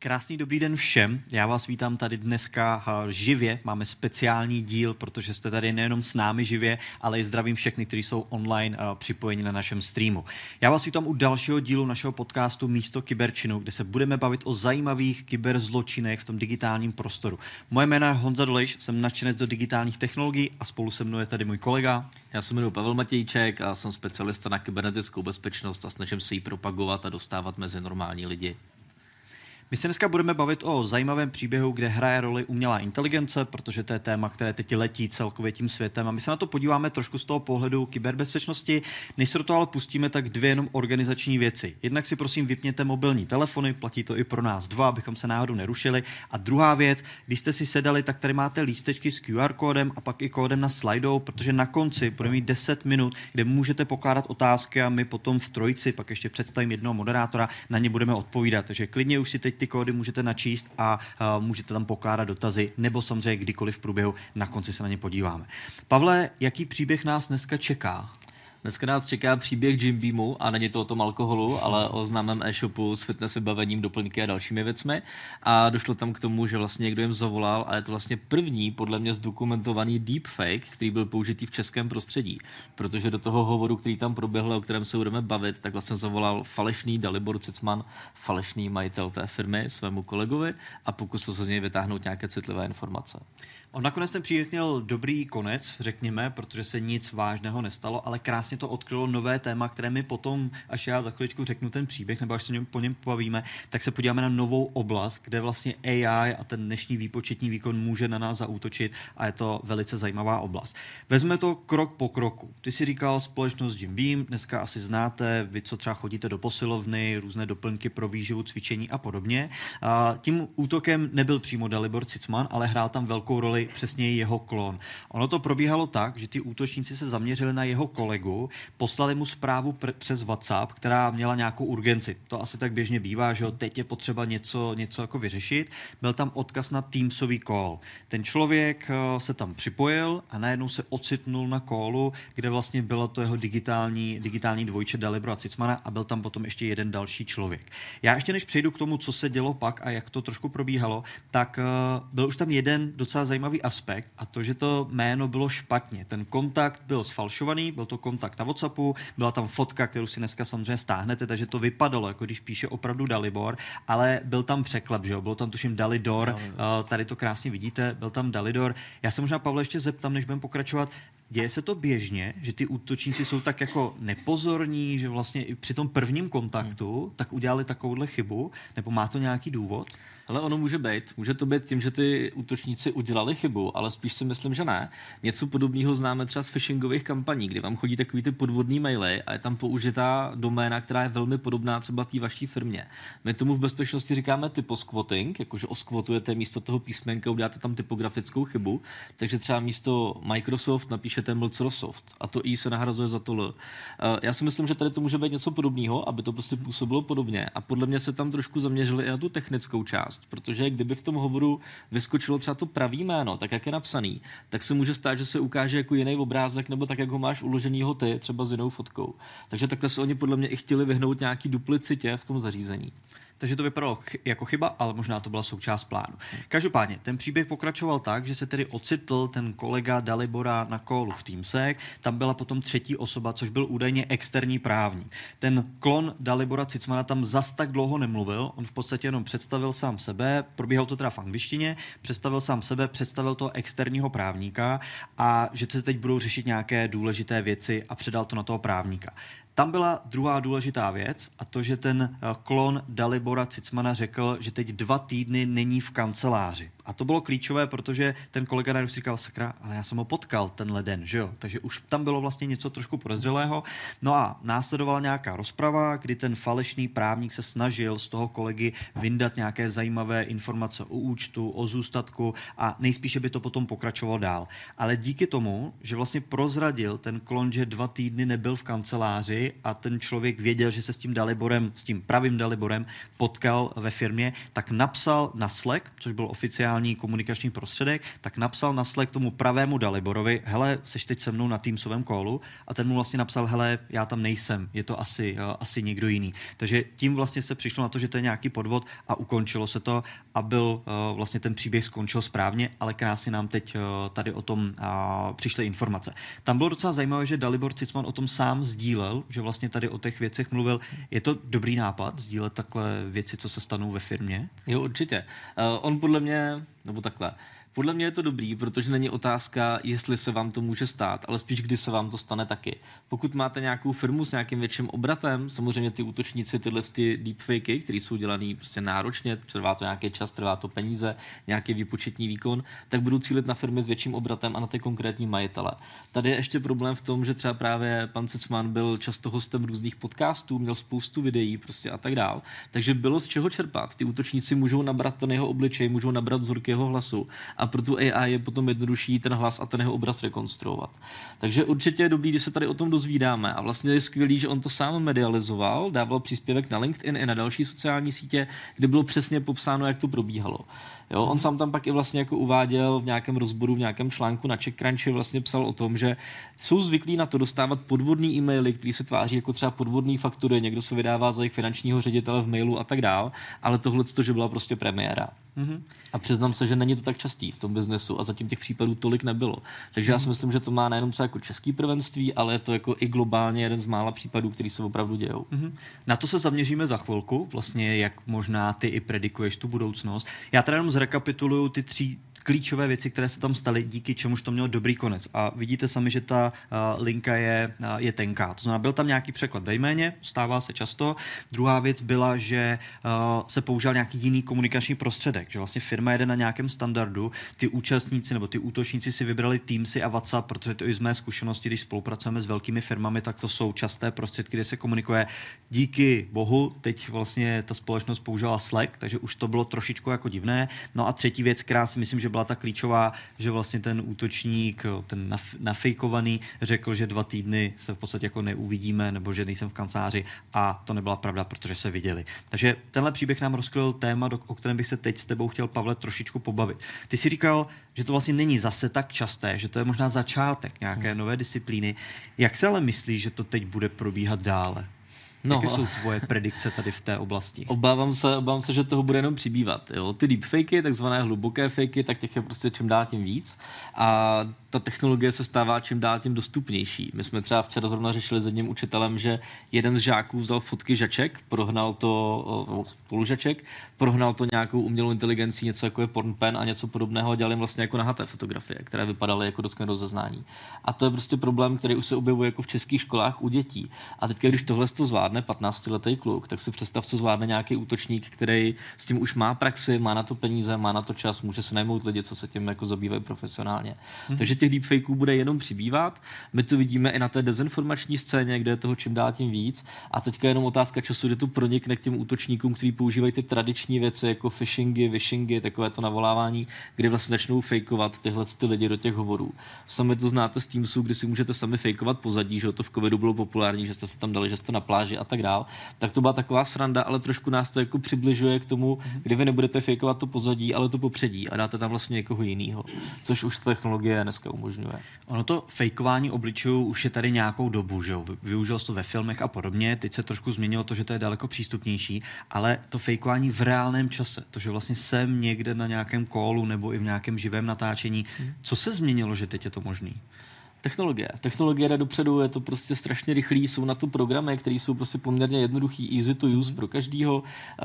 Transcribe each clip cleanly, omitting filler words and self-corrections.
Krásný dobrý den všem. Já vás vítám tady dneska živě. Máme speciální díl, protože jste tady nejenom s námi živě, ale i zdravím všechny, kteří jsou online připojeni na našem streamu. Já vás vítám u dalšího dílu našeho podcastu Místo kyberčinu, kde se budeme bavit o zajímavých kyberzločinech v tom digitálním prostoru. Moje jméno je Honza Dolejš, jsem nadšenec do digitálních technologií a spolu se mnou je tady můj kolega. Já se jmenuji Pavel Matějček a jsem specialista na kybernetickou bezpečnost a snažím se ji propagovat a dostávat mezi normální lidi. My se dneska budeme bavit o zajímavém příběhu, kde hraje roli umělá inteligence, protože to je téma, které teď letí celkově tím světem. A my se na to podíváme trošku z toho pohledu kyberbezpečnosti. Než se do toho ale pustíme, tak dvě jenom organizační věci. Jednak si prosím vypněte mobilní telefony, platí to i pro nás dva, abychom se náhodou nerušili. A druhá věc, když jste si sedali, tak tady máte lístečky s QR kódem a pak i kódem na Slido, protože na konci budeme mít 10 minut, kde můžete pokládat otázky a my potom v trojici, pak ještě představím jednoho moderátora, na ně budeme odpovídat. Takže klidně už si teď ty kódy můžete načíst a můžete tam pokládat dotazy, nebo samozřejmě kdykoliv v průběhu na konci se na ně podíváme. Pavle, jaký příběh nás dneska čeká? Dneska nás čeká příběh Jim Beamu a není to o tom alkoholu, ale o známém e-shopu s fitness vybavením, doplňky a dalšími věcmi. A došlo tam k tomu, že vlastně někdo jim zavolal a je to vlastně první, podle mě zdokumentovaný deepfake, který byl použitý v českém prostředí. Protože do toho hovoru, který tam proběhl, o kterém se budeme bavit, tak vlastně zavolal falešný Dalibor Cicman, falešný majitel té firmy, svému kolegovi a pokusil se z něj vytáhnout nějaké citlivé informace. On nakonec ten příběh měl dobrý konec, řekněme, protože se nic vážného nestalo, ale krásně to odkrylo nové téma, které my potom, až já za chviličku řeknu ten příběh, nebo až se po něm pobavíme, tak se podíváme na novou oblast, kde vlastně AI a ten dnešní výpočetní výkon může na nás zaútočit a je to velice zajímavá oblast. Vezme to krok po kroku. Ty si říkal společnost Jim Beam, dneska asi znáte, vy co třeba chodíte do posilovny, různé doplňky pro výživu, cvičení a podobně. A tím útokem nebyl přímo Dalibor Cicman, ale hrál tam velkou roli přesně jeho klon. Ono to probíhalo tak, že ty útočníci se zaměřili na jeho kolegu, poslali mu zprávu přes WhatsApp, která měla nějakou urgenci. To asi tak běžně bývá, že teď je potřeba něco jako vyřešit. Byl tam odkaz na Teamsový call. Ten člověk se tam připojil a najednou se ocitnul na callu, kde vlastně bylo to jeho digitální dvojče Dalibora Cicmana a byl tam potom ještě jeden další člověk. Já ještě než přejdu k tomu, co se dělo pak a jak to trošku probíhalo, tak byl už tam jeden docela zajímavý aspekt a to, že to jméno bylo špatně. Ten kontakt byl sfalšovaný, byl to kontakt na WhatsAppu, byla tam fotka, kterou si dneska samozřejmě stáhnete, takže to vypadalo, jako když píše opravdu Dalibor, ale byl tam překlep, že jo? Bylo tam tuším Dalidor, tady to krásně vidíte, byl tam Dalidor. Já se možná, Pavle, ještě zeptám, než budeme pokračovat, děje se to běžně, že ty útočníci jsou tak jako nepozorní, že vlastně i při tom prvním kontaktu tak udělali takovouhle chybu, nebo má to nějaký důvod? Ale ono může být. Může to být tím, že ty útočníci udělali chybu, ale spíš si myslím, že ne. Něco podobného známe třeba z phishingových kampaní, kdy vám chodí takový ty podvodný maily a je tam použitá doména, která je velmi podobná třeba té vaší firmě. My tomu v bezpečnosti říkáme typosquatting, jakože oskvotujete místo toho písmenka, uděláte tam typografickou chybu, takže třeba místo Microsoft napíšete Microsoft a to I se nahrazuje za to L. Já si myslím, že tady to může být něco podobného, aby to prostě působilo podobně a podle mě se tam trošku zaměřili i na tu technickou část. Protože kdyby v tom hovoru vyskočilo třeba to pravý jméno, tak jak je napsaný, tak se může stát, že se ukáže jako jiný obrázek nebo tak, jak ho máš uloženýho ty, třeba s jinou fotkou. Takže takhle se oni podle mě i chtěli vyhnout nějaký duplicitě v tom zařízení. Takže to vypadalo jako chyba, ale možná to byla součást plánu. Každopádně, ten příběh pokračoval tak, že se tedy ocitl ten kolega Dalibora na callu v Teamsech, tam byla potom třetí osoba, což byl údajně externí právník. Ten klon Dalibora Cicmana tam zas tak dlouho nemluvil, on v podstatě jenom představil sám sebe, probíhalo to teda v angličtině, představil sám sebe, představil toho externího právníka a že se teď budou řešit nějaké důležité věci a předal to na toho právníka. Tam byla druhá důležitá věc a to, že ten klon Dalibora Cicmana řekl, že teď 2 týdny není v kanceláři. A to bylo klíčové, protože ten kolega najednou si říkal, sakra, ale já jsem ho potkal tenhle den, že jo? Takže už tam bylo vlastně něco trošku podezřelého. No a následovala nějaká rozprava, kdy ten falešný právník se snažil z toho kolegy vyndat nějaké zajímavé informace o účtu, o zůstatku a nejspíše by to potom pokračovalo dál. Ale díky tomu, že vlastně prozradil ten klon, že 2 týdny nebyl v kanceláři a ten člověk věděl, že se s tím Daliborem, s tím pravým Daliborem potkal ve firmě, tak napsal na Slack, což byl oficiální oficiální komunikační prostředek, tak napsal na Slack tomu pravému Daliborovi, hele, seš teď se mnou na Teamsovém callu, a ten mu vlastně napsal, hele, já tam nejsem, je to asi někdo jiný. Takže tím vlastně se přišlo na to, že to je nějaký podvod a ukončilo se to a byl vlastně ten příběh skončil správně, ale krásně nám teď tady o tom přišly informace. Tam bylo docela zajímavé, že Dalibor Cicman o tom sám sdílel, že vlastně tady o těch věcech mluvil. Je to dobrý nápad sdílet takhle věci, co se stanou ve firmě? Jo, určitě. On podle mě, nebo takhle, podle mě je to dobrý, protože není otázka, jestli se vám to může stát, ale spíš, kdy se vám to stane taky. Pokud máte nějakou firmu s nějakým větším obratem, samozřejmě ty útočníci, tyhle deepfakey, které jsou dělané prostě náročně, trvá to nějaký čas, trvá to peníze, nějaký výpočetní výkon, tak budou cílit na firmy s větším obratem a na ty konkrétní majitele. Tady je ještě problém v tom, že třeba právě pan Cicman byl často hostem různých podcastů, měl spoustu videí prostě a tak dál, takže bylo z čeho čerpat. Ty útočníci můžou nabrat ten jeho obličej, můžou nabrat vzorky jeho hlasu. A pro tu AI je potom jednodušší ten hlas a ten jeho obraz rekonstruovat. Takže určitě je dobrý, když se tady o tom dozvídáme. A vlastně je skvělý, že on to sám medializoval, dával příspěvek na LinkedIn i na další sociální sítě, kde bylo přesně popsáno, jak to probíhalo. Jo, on sám tam pak i vlastně jako uváděl v nějakém rozboru, v nějakém článku na CheckCrunchi vlastně psal o tom, že jsou zvyklí na to dostávat podvodný e-maily, které se tváří jako třeba podvodný faktury, někdo se vydává za jejich finančního ředitele v mailu a tak dál, ale tohle, že byla prostě premiéra. Mm-hmm. A přiznám se, že není to tak častý v tom biznesu a zatím těch případů tolik nebylo. Takže já si myslím, že to má nejenom třeba jako český prvenství, ale je to jako i globálně jeden z mála případů, který se opravdu dějou. Mm-hmm. Na to se zaměříme za chvilku, vlastně jak možná ty i predikuješ tu budoucnost. Já teda jenom zrekapituluju ty 3 klíčové věci, které se tam staly, díky čemuž to mělo dobrý konec. A vidíte sami, že ta linka je tenká. To znamená, byl tam nějaký překlad ve jméně, stává se často. Druhá věc byla, že se použil nějaký jiný komunikační prostředek, že vlastně firma jede na nějakém standardu, ty účastníci nebo ty útočníci si vybrali Teamsy a WhatsApp, protože to i z mé zkušenosti, když spolupracujeme s velkými firmami, tak to jsou časté prostředky, kde se komunikuje. Díky bohu, teď vlastně ta společnost použila Slack, takže už to bylo trošičku jako divné. No a třetí věc, která si myslím, že byla ta klíčová, že vlastně ten útočník, ten nafejkovaný, řekl, že 2 týdny se v podstatě jako neuvidíme, nebo že nejsem v kanceláři, a to nebyla pravda, protože se viděli. Takže tenhle příběh nám rozkryl téma, o kterém bych se teď s tebou chtěl, Pavle, trošičku pobavit. Ty jsi říkal, že to vlastně není zase tak časté, že to je možná začátek nějaké nové disciplíny. Jak se ale myslíš, že to teď bude probíhat dále? No, jaké jsou tvoje predikce tady v té oblasti? Obávám se, že toho bude jenom přibývat. Jo? Ty deepfakey, takzvané hluboké fakey, tak těch je prostě čím dál tím víc. A ta technologie se stává čím dál tím dostupnější. My jsme třeba včera zrovna řešili s jedním učitelem, že jeden z žáků vzal fotky žaček, prohnal to spolužaček, prohnal to nějakou umělou inteligencí, něco jako je PornPen a něco podobného, a dělali jim vlastně jako nahaté fotografie, které vypadaly jako dost rozeznání. A to je prostě problém, který už se objevuje jako v českých školách u dětí. A teď, když tohle to zvládne 15letý kluk, tak si představ, co zvládne nějaký útočník, který s tím už má praxi, má na to peníze, má na to čas, může se najmout lidi, co se tím jako zabývají profesionálně. Takže těch deepfakeů bude jenom přibývat. My to vidíme i na té dezinformační scéně, kde je toho čím dál tím víc. A teďka je jenom otázka času, kdy to pronikne k těm útočníkům, kteří používají ty tradiční věci jako phishingy, vishingy, takové to navolávání, kdy vlastně začnou fejkovat tyhle ty lidi do těch hovorů. Sami to znáte z Teamsu, kdy si můžete sami fejkovat pozadí, že to v covidu bylo populární, že jste se tam dali, že jste na pláži a tak dál. Tak to byla taková sranda, ale trošku nás to jako přibližuje k tomu, kdy vy nebudete fejkovat to pozadí, ale to popředí a dáte tam vlastně někoho jiného, což už technologie dneska umožňuje. Ono to fejkování obličejů už je tady nějakou dobu, že jo? Využilo se to ve filmech a podobně, teď se trošku změnilo to, že to je daleko přístupnější, ale to fejkování v reálném čase, to, že vlastně jsem někde na nějakém callu nebo i v nějakém živém natáčení, co se změnilo, že teď je to možný? Technologie jde dopředu, je to prostě strašně rychlý, jsou na to programy, které jsou prostě poměrně jednoduchý, easy to use pro každýho.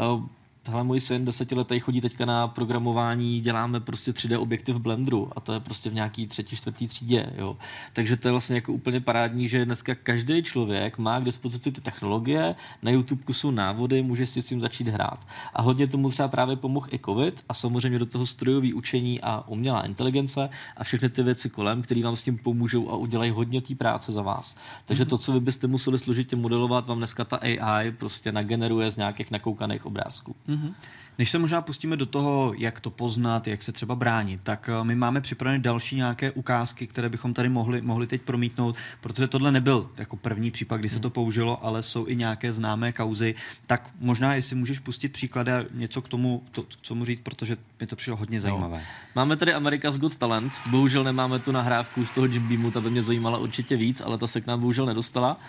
Hele, můj syn 10letý chodí teďka na programování, děláme prostě 3D objekty v Blenderu a to je prostě v nějaký 3., 4. třídě, jo. Takže to je vlastně jako úplně parádní, že dneska každý člověk má k dispozici ty technologie, na YouTubeku jsou návody, může si s tím začít hrát. A hodně tomu třeba právě pomohl i COVID a samozřejmě do toho strojové učení a umělá inteligence a všechny ty věci kolem, které vám s tím pomůžou a udělají hodně té práce za vás. Takže to, co vy byste museli složitě modelovat, vám dneska ta AI prostě nageneruje z nějakých nakoukaných obrázků. Než se možná pustíme do toho, jak to poznat, jak se třeba bránit, tak my máme připravené další nějaké ukázky, které bychom tady mohli teď promítnout, protože tohle nebyl jako první případ, kdy se to použilo, ale jsou i nějaké známé kauzy. Tak možná, jestli můžeš pustit příklady a něco k tomu říct, protože mi to přišlo hodně zajímavé. Máme tady America's Got Talent. Bohužel nemáme tu nahrávku z toho Jim Beamu, ta by mě zajímala určitě víc, ale ta se k nám bohužel nedostala.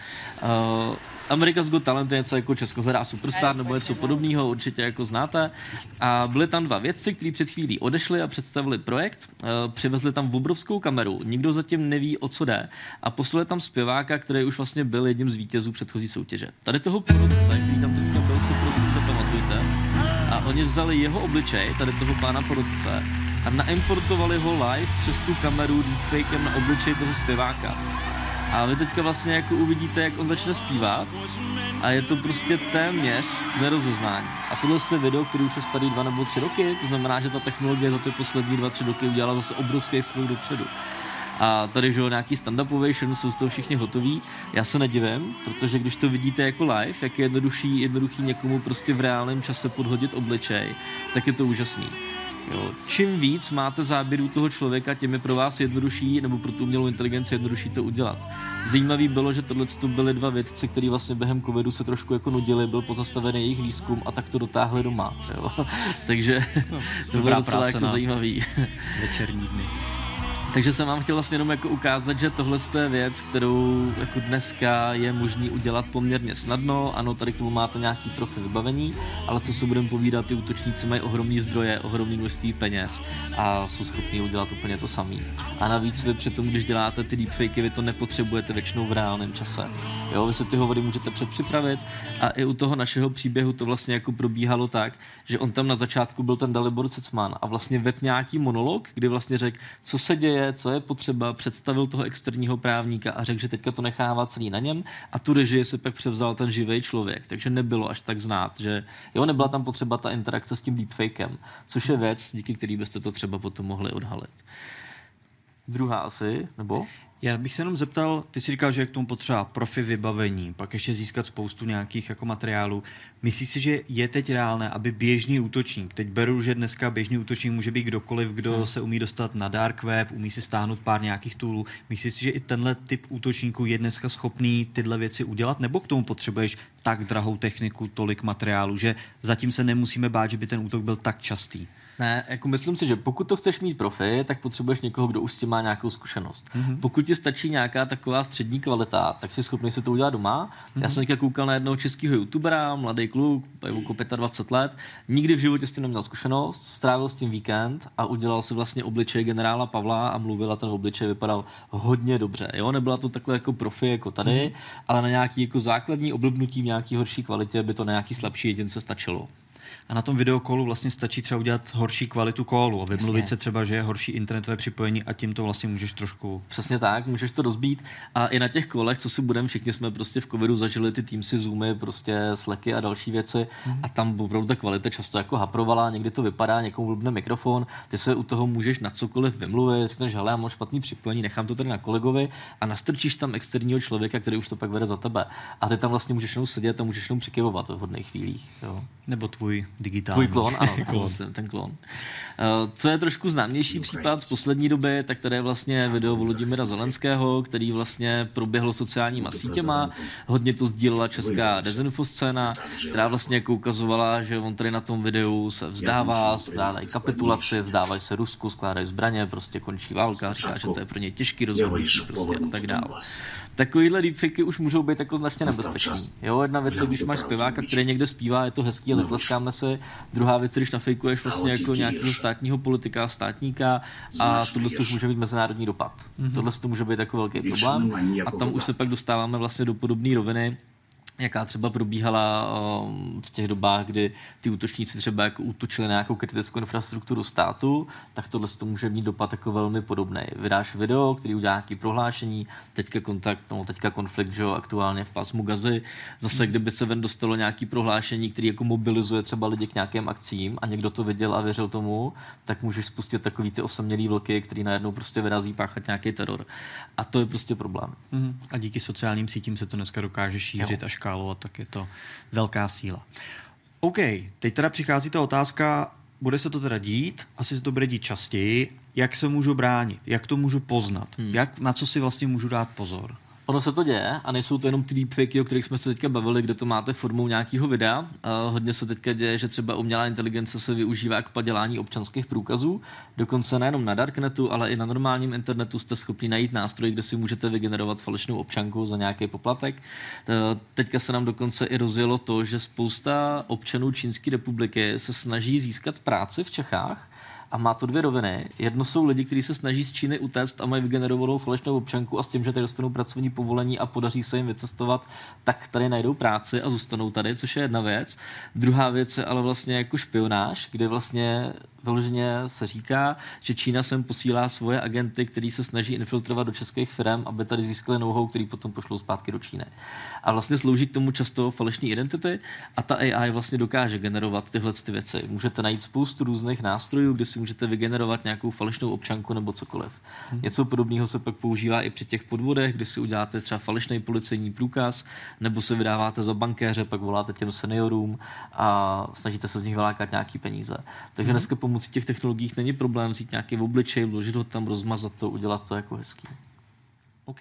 America's Got Talent je něco jako Česko hledá superstar nebo něco podobného, určitě jako znáte. A byli tam dva vědci, kteří před chvílí odešli a představili projekt. Přivezli tam obrovskou kameru, nikdo zatím neví, o co jde. A poslali tam zpěváka, který už vlastně byl jedním z vítězů předchozí soutěže. Tady toho porotce, který tam teďka byl, si prosím zapamatujte. A oni vzali jeho obličej, tady toho pána porotce, a naimportovali ho live přes tu kameru deepfakem na obličej toho zpěváka. A vy teďka vlastně jako uvidíte, jak on začne zpívat a je to prostě téměř nerozeznání. A tohle je video, který už je starý 2 nebo 3 roky, to znamená, že ta technologie za ty poslední 2-3 roky udělala zase obrovský skok dopředu. A tady, že nějaký stand-up ovation, jsou z toho všichni hotoví. Já se nedivím, protože když to vidíte jako live, jak je jednoduchý někomu prostě v reálném čase podhodit obličej, tak je to úžasný. Jo. Čím víc máte záběrů toho člověka, tím je pro vás jednodušší, nebo pro tu umělou inteligenci jednodušší to udělat. Zajímavý bylo, že tohle byly dva vědci, kteří vlastně během covidu se trošku jako nudili, byl pozastavený jejich výzkum a tak to dotáhli doma. Jo. Takže to bylo docela jako zajímavý. Večerní dny. Takže jsem vám chtěl vlastně jenom jako ukázat, že tohle je věc, kterou jako dneska je možný udělat poměrně snadno. Ano, tady k tomu máte nějaký profi vybavení, ale co se budeme povídat, ty útočníci mají ohromný zdroje, ohromný množství peněz a jsou schopni udělat úplně to samý. A navíc vy přitom, když děláte ty deepfakey, vy to nepotřebujete většinou v reálném čase. Jo, vy si ty hovory můžete předpřipravit a i u toho našeho příběhu to vlastně jako probíhalo tak, že on tam na začátku byl ten Dalibor Cecman a vlastně vedl nějaký monolog, kdy vlastně řekl, co se děje, co je potřeba, představil toho externího právníka a řekl, že teďka to nechává celý na něm a tu režii si pak převzal ten živý člověk, takže nebylo až tak znát, že jo, nebyla tam potřeba ta interakce s tím deepfakem, což je věc, díky který byste to třeba potom mohli odhalit. Druhá asi, nebo? Já bych se jenom zeptal, ty jsi říkal, že je k tomu potřeba profi vybavení, pak ještě získat spoustu nějakých jako materiálů. Myslíš si, že je teď reálné, aby běžný útočník, teď beru, že dneska běžný útočník může být kdokoliv, kdo se umí dostat na dark web, umí si stáhnout pár nějakých toolů. Myslíš si, že i tenhle typ útočníků je dneska schopný tyhle věci udělat, nebo k tomu potřebuješ tak drahou techniku, tolik materiálu, že zatím se nemusíme bát, že by ten útok byl tak častý? Ne, jako myslím si, že pokud to chceš mít profi, tak potřebuješ někoho, kdo už s tím má nějakou zkušenost. Pokud ti stačí nějaká taková střední kvalita, tak jsi schopný si to udělat doma. Já jsem teďka koukal na jednoho českého youtubera, mladý kluk, jako 25 let, nikdy v životě s tím neměl zkušenost, strávil s tím víkend a udělal si vlastně obličej generála Pavla a mluvil a ten obličej vypadal hodně dobře. Jo, nebyla to takhle jako profi jako tady, ale na nějaký jako základní oblbnutí v nějaký horší kvalitě by to na nějaký slabší jedince stačilo. A na tom videokolu vlastně stačí třeba udělat horší kvalitu callu a vymluvit se třeba, že je horší internetové připojení a tím to vlastně můžeš trošku... Přesně tak, můžeš to rozbít a i na těch kolech, co si budeme, všichni jsme prostě v covidu zažili ty Teamsy, Zoomy, prostě Slacky a další věci a tam opravdu ta kvalita často jako haprovala, někdy to vypadá, někomu blbne mikrofon, ty se u toho můžeš na cokoliv vymluvit, řekneš, hele, já mám špatný připojení, nechám to tady na kolegovi a nastrčíš tam externího člověka, který už to pak vede za tebe. A ty tam vlastně můžeš jenom sedět a můžeš jenom přikyvovat v hodných chvílích. Jo. Nebo tvůj digitální. Tvůj klon, ano, ten klon. Co je trošku známější případ z poslední doby, tak tady je vlastně video Volodymyra Zelenského, který vlastně proběhlo sociálníma sítěma. Hodně to sdílela česká dezinfoscéna, která vlastně jako ukazovala, že on tady na tom videu se vzdává, skládají kapitulaci, vzdávají se Rusku, skládají zbraně, prostě končí válka, říká, že to je pro ně těžký rozhodnutí prostě a tak dále. Takovýhle deepfakey už můžou být jako značně nebezpečný. Jo, jedna věc je, když máš zpěváka, který někde zpívá, je to hezký a zatleskáme si. Druhá věc, když nafejkuješ vlastně jako nějakého státního politika, státníka a tohle už může mít mezinárodní dopad. Tohle to může být jako velký problém a tam už se pak dostáváme vlastně do podobné roviny, jaká třeba probíhala v těch dobách, kdy ty útočníci třeba jako útočili na nějakou kritickou infrastrukturu státu, tak tohle to může mít dopad jako velmi podobný. Vydáš video, který udělá nějaké prohlášení, teďka konflikt, že jo, aktuálně v pásmu Gazy, zase kdyby se ven dostalo nějaké prohlášení, který jako mobilizuje třeba lidi k nějakým akcím a někdo to viděl a věřil tomu, tak můžeš spustit takový ty osamělý vlky, který najednou prostě vyrazí páchat nějaký teror. A to je prostě problém. A díky sociálním sítím se to dneska dokáže šířit a škálovat, tak je to velká síla. OK, teď teda přichází ta otázka, bude se to teda dít, asi se to bude dít častěji, jak se můžu bránit, jak to můžu poznat, na co si vlastně můžu dát pozor. Ono se to děje a nejsou to jenom ty deepfakey, o kterých jsme se teďka bavili, kde to máte formou nějakého videa. Hodně se teďka děje, že třeba umělá inteligence se využívá k padělání občanských průkazů. Dokonce nejenom na darknetu, ale i na normálním internetu jste schopni najít nástroj, kde si můžete vygenerovat falešnou občanku za nějaký poplatek. Teďka se nám dokonce i rozjelo to, že spousta občanů Čínské republiky se snaží získat práci v Čechách. A má to dvě roviny. Jedno jsou lidi, kteří se snaží z Číny utéct a mají vygenerovanou falešnou občanku a s tím, že tady dostanou pracovní povolení a podaří se jim vycestovat, tak tady najdou práci a zůstanou tady, což je jedna věc. Druhá věc je ale vlastně jako špionáž, kde vlastně vyloženě se říká, že Čína sem posílá svoje agenty, kteří se snaží infiltrovat do českých firm, aby tady získali know-how, který potom pošlou zpátky do Číny. A vlastně slouží k tomu často falešní identity a ta AI vlastně dokáže generovat tyhle ty věci. Můžete najít spoustu různých nástrojů, kde si můžete vygenerovat nějakou falešnou občanku nebo cokoliv. Něco podobného se pak používá i při těch podvodech, kdy si uděláte třeba falešný policejní průkaz, nebo se vydáváte za bankéře, pak voláte těm seniorům a snažíte se z nich vylákat nějaký peníze. Takže dneska pomocí těch technologií není problém vzít nějaký obličej, vložit ho tam, rozmazat to, udělat to jako hezký. OK.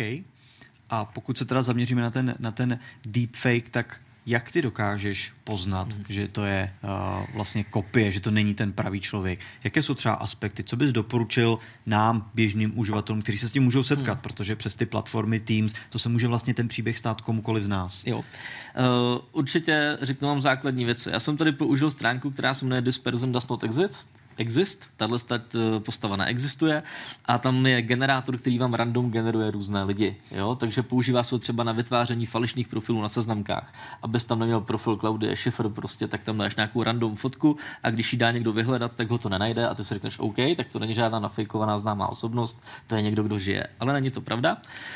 A pokud se teda zaměříme na ten deepfake, tak jak ty dokážeš poznat, že to je vlastně kopie, že to není ten pravý člověk? Jaké jsou třeba aspekty? Co bys doporučil nám, běžným uživatelům, kteří se s tím můžou setkat? Protože přes ty platformy Teams, to se může vlastně ten příběh stát komukoliv z nás. Jo. Určitě řeknu vám základní věci. Já jsem tady použil stránku, která se jmenuje This person does not exist. Tahle postava neexistuje a tam je generátor, který vám random generuje různé lidi. Jo? Takže používá se to třeba na vytváření falešných profilů na seznamkách. Abys tam neměl profil Claudie Schiffer, prostě, tak tam dáš nějakou random fotku a když ji dá někdo vyhledat, tak ho to nenajde a ty si řekneš OK, tak to není žádná nafejkovaná známá osobnost, to je někdo, kdo žije. Ale není to pravda.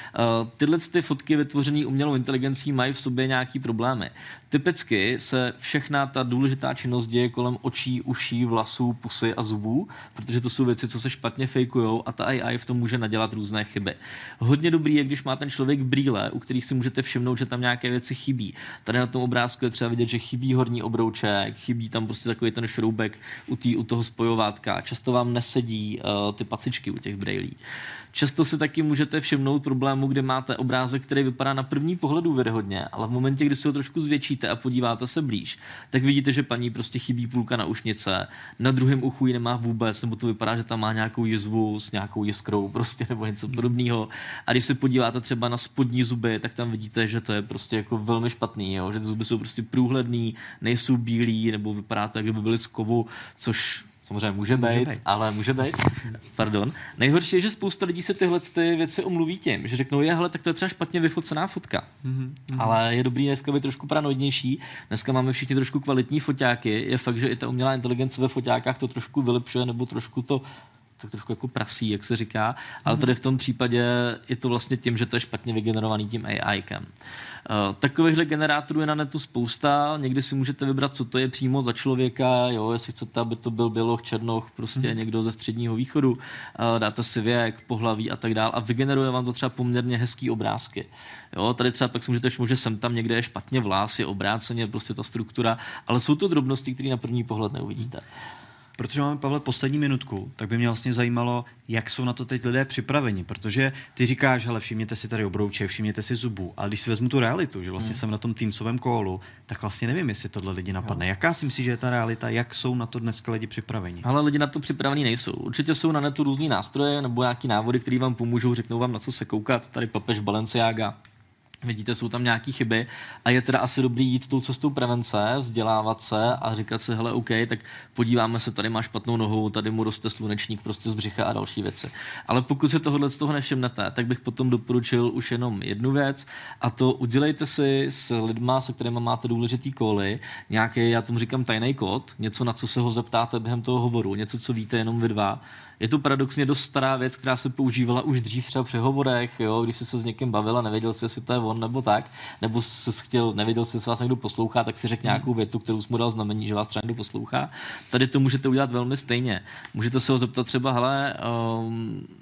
Tyhle ty fotky vytvořené umělou inteligencí mají v sobě nějaký problémy. Typicky se všechna ta důležitá činnost děje kolem očí, uší, vlasů, pusy a zubů, protože to jsou věci, co se špatně fejkujou a ta AI v tom může nadělat různé chyby. Hodně dobrý je, když má ten člověk brýle, u kterých si můžete všimnout, že tam nějaké věci chybí. Tady na tom obrázku je třeba vidět, že chybí horní obrouček, chybí tam prostě takový ten šroubek u toho spojovátka. Často vám nesedí ty pacičky u těch brýlí. Často si taky můžete všimnout problému, kde máte obrázek, který vypadá na první pohled důvěryhodně, ale v momentě, kdy si ho trošku zvětšíte a podíváte se blíž, tak vidíte, že paní prostě chybí půlka naušnice, na druhém uchu ji nemá vůbec, nebo to vypadá, že tam má nějakou jizvu s nějakou jiskrou prostě, nebo něco podobného. A když se podíváte třeba na spodní zuby, tak tam vidíte, že to je prostě jako velmi špatný, jo? Že ty zuby jsou prostě průhledný, nejsou bílí, nebo vypadá to, jak kdyby byly z kovu, což samozřejmě může být, ale může být. Pardon. Nejhorší je, že spousta lidí se tyhle věci omluví tím, že řeknou, hele, tak to je třeba špatně vyfocená fotka. Ale je dobrý dneska být trošku paranoidnější. Dneska máme všichni trošku kvalitní foťáky. Je fakt, že i ta umělá inteligence ve foťákách to trošku vylepšuje, nebo trošku to tak trošku jako prasí, jak se říká, ale tady v tom případě je to vlastně tím, že to je špatně vygenerovaný tím AI-kem. Takovýchhle generátorů je na netu spousta, někdy si můžete vybrat, co to je přímo za člověka, jo, jestli chcete, aby to byl běloch, černoch, prostě někdo ze středního východu, dáte si věk, pohlaví a tak dál a vygeneruje vám to třeba poměrně hezký obrázky. Jo, tady třeba pak si můžete všimnout, že sem tam někde je špatně vlas, je obráceně, prostě ta struktura, ale jsou to drobnosti, které na první pohled neuvidíte. Protože máme, Pavle, poslední minutku, tak by mě vlastně zajímalo, jak jsou na to teď lidé připraveni, protože ty říkáš, hele, všimněte si tady obrouček, všimněte si zubů, ale když si vezmu tu realitu, že vlastně jsem na tom Teamsovém callu, tak vlastně nevím, jestli tohle lidi napadne. Jaká si myslíš, že je ta realita, jak jsou na to dneska lidi připraveni? Ale lidi na to připravení nejsou. Určitě jsou na netu různý nástroje nebo nějaký návody, které vám pomůžou, řeknou vám, na co se koukat. Tady papež Balenciaga. Vidíte, jsou tam nějaké chyby a je teda asi dobrý jít tou cestou prevence, vzdělávat se a říkat si, hele, OK, tak podíváme se, tady má špatnou nohu, tady mu roste slunečník prostě z břicha a další věci. Ale pokud si tohle z toho nevšimnete, tak bych potom doporučil už jenom jednu věc a to udělejte si s lidma, se kterými máte důležitý cally, nějaký, já tomu říkám tajný kód, něco, na co se ho zeptáte během toho hovoru, něco, co víte jenom vy dva. Je to paradoxně dost stará věc, která se používala už dřív třeba při hovorech, jo, když jsi se s někým bavil a nevěděl jsi, jestli to je on nebo tak, nebo nevěděl jsi, jestli vás někdo poslouchá, tak si řekl nějakou větu, kterou jsi mu dal znamení, že vás třeba někdo poslouchá. Tady to můžete udělat velmi stejně. Můžete se ho zeptat třeba, hele,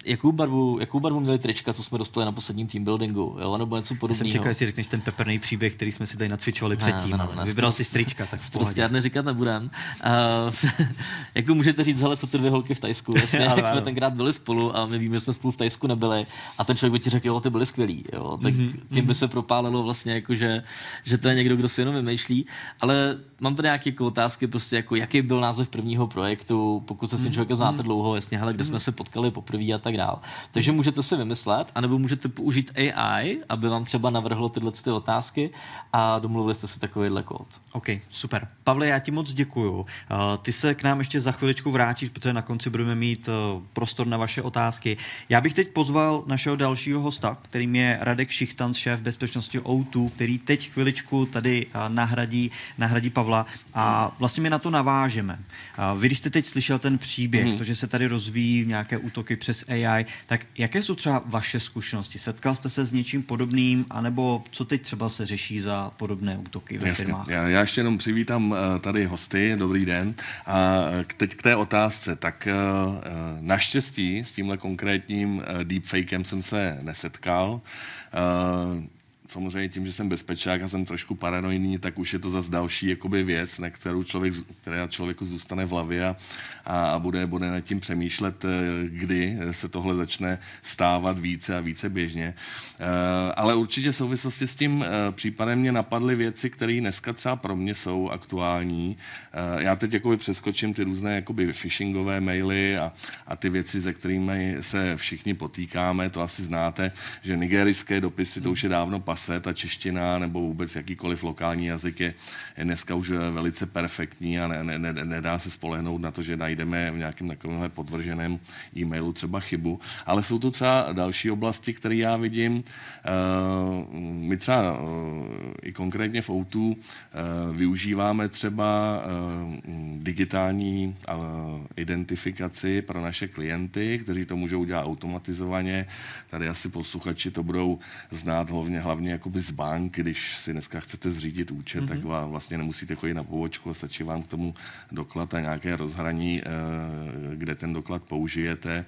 jakou barvu měli trička, co jsme dostali na posledním team buildingu, jo, nebo něco podobného. Já jsem čekal, jestli řekneš ten peprný příběh, který jsme si tady nacvičovali předtím. Vybral si trička, tak prostě já neříkat nebudem. Jako můžete říct, hele, co ty dvě holky v Thajsku, jasně, jak jsme tenkrát byli spolu a my víme, že jsme spolu v Thajsku nebyli a ten člověk by ti řekl, jo, ty byli skvělí, jo, tak tím by se propálilo vlastně, jako, že to je někdo, kdo si jenom vymýšlí, ale mám tady nějaké jako otázky, prostě jako, jaký byl název prvního projektu, pokud se s tím člověkem znáte dlouho, jasně, hele, kde jsme se potkali poprvé a tak dál. Takže můžete si vymyslet, anebo můžete použít AI, aby vám třeba navrhlo tyhle otázky a domluvili jste si takovýhle kód. OK, super. Pavle, já ti moc děkuju. Ty se k nám ještě za chviličku vrátíš, protože na konci budeme mít prostor na vaše otázky. Já bych teď pozval našeho dalšího hosta, kterým je Radek Šichtanc, šéf bezpečnosti O2, který teď chviličku tady nahradí Pavla a vlastně my na to navážeme. Vy, když jste teď slyšel ten příběh, to, že se tady rozvíjí nějaké útoky přes AI, tak jaké jsou třeba vaše zkušenosti? Setkal jste se s něčím podobným, anebo co teď třeba se řeší za podobné útoky ve firmách? Já ještě jenom přivítám tady hosty, dobrý den. A teď k té otázce, tak naštěstí s tímhle konkrétním deepfakem jsem se nesetkal. Samozřejmě tím, že jsem bezpečák a jsem trošku paranoidní, tak už je to zase další jakoby věc, na která člověku zůstane v hlavě a bude nad tím přemýšlet, kdy se tohle začne stávat více a více běžně. Ale určitě v souvislosti s tím případem mě napadly věci, které dneska třeba pro mě jsou aktuální. Já teď jakoby přeskočím ty různé jakoby phishingové maily a ty věci, se kterými se všichni potýkáme, to asi znáte, že nigerijské dopisy, to už je dávno pasé, ta čeština nebo vůbec jakýkoliv lokální jazyk je dneska už velice perfektní a nedá se spolehnout na to, že najdeme v nějakém takovémhle podvrženém e-mailu třeba chybu. Ale jsou to třeba další oblasti, které já vidím. My třeba i konkrétně v O2 využíváme třeba digitální identifikaci pro naše klienty, kteří to můžou dělat automatizovaně. Tady asi posluchači to budou znát hlavně jakoby z bank, když si dneska chcete zřídit účet, tak vlastně nemusíte chodit na pobočku, stačí vám k tomu doklad a nějaké rozhraní, kde ten doklad použijete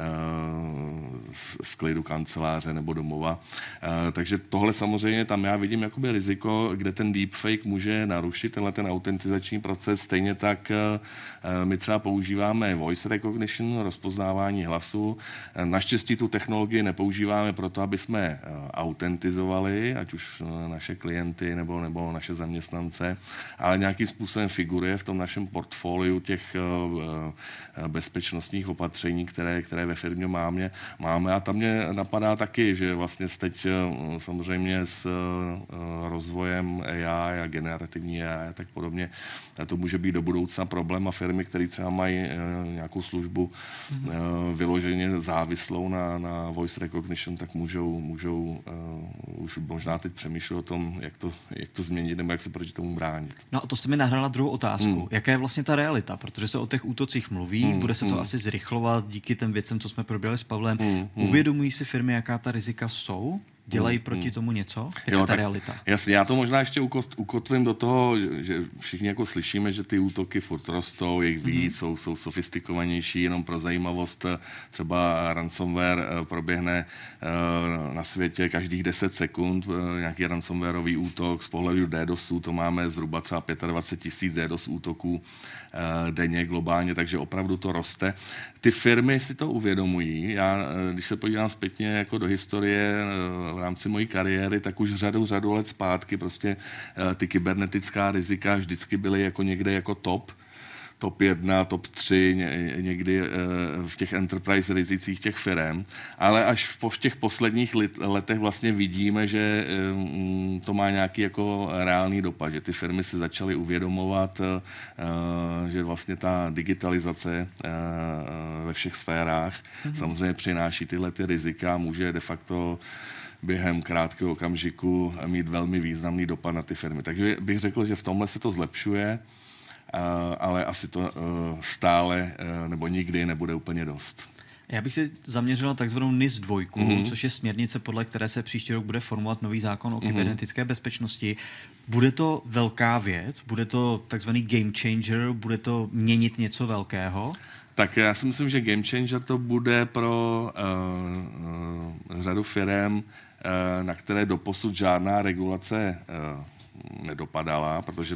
v klidu kanceláře nebo domova. Takže tohle samozřejmě tam já vidím jakoby riziko, kde ten deepfake může narušit ten autentizační proces. Stejně tak my třeba používáme voice recognition, rozpoznávání hlasu. Naštěstí tu technologii nepoužíváme proto, aby jsme autentizovali, ať už naše klienty nebo naše zaměstnance, ale nějakým způsobem figuruje v tom našem portfoliu těch bezpečnostních opatření, které ve firmě máme. A tam mě napadá taky, že vlastně teď samozřejmě s rozvojem AI a generativní AI a tak podobně, to může být do budoucna problém a firmy, které třeba mají nějakou službu vyloženě závislou na voice recognition, tak můžou už možná teď přemýšlet o tom, jak to změnit nebo jak se proti tomu bránit. No a to jste mi nahrala druhou otázku. Jaká je vlastně ta realita? Protože se o těch útocích mluví, bude se to asi zrychlovat díky těm věcem, co jsme probírali s Pavlem. Uvědomují si firmy, jaká ta rizika jsou? Dělají proti tomu něco? Jaká je ta realita? Jasně, já to možná ještě ukotvím do toho, že všichni jako slyšíme, že ty útoky furt rostou, jejich víc, jsou sofistikovanější, jenom pro zajímavost. Třeba ransomware proběhne na světě každých 10 sekund, nějaký ransomwareový útok. Z pohledu DDoSu to máme zhruba třeba 25 000 DDoS útoků denně globálně, takže opravdu to roste. Ty firmy si to uvědomují. Já, když se podívám zpětně jako do historie v rámci mojí kariéry, tak už řadu let zpátky prostě ty kybernetická rizika vždycky byly jako někde jako top 1, top 3, někdy v těch enterprise rizicích těch firm, ale až v těch posledních letech vlastně vidíme, že to má nějaký jako reálný dopad, že ty firmy si začaly uvědomovat, že vlastně ta digitalizace ve všech sférách samozřejmě přináší tyhle ty rizika, může de facto během krátkého okamžiku mít velmi významný dopad na ty firmy. Takže bych řekl, že v tomhle se to zlepšuje, ale asi to stále nebo nikdy nebude úplně dost. Já bych se zaměřil na takzvanou NIS 2, což je směrnice, podle které se příští rok bude formulovat nový zákon o kybernetické bezpečnosti. Bude to velká věc? Bude to takzvaný game changer? Bude to měnit něco velkého? Tak já si myslím, že game changer to bude pro řadu firem, na které doposud žádná regulace nedopadala, protože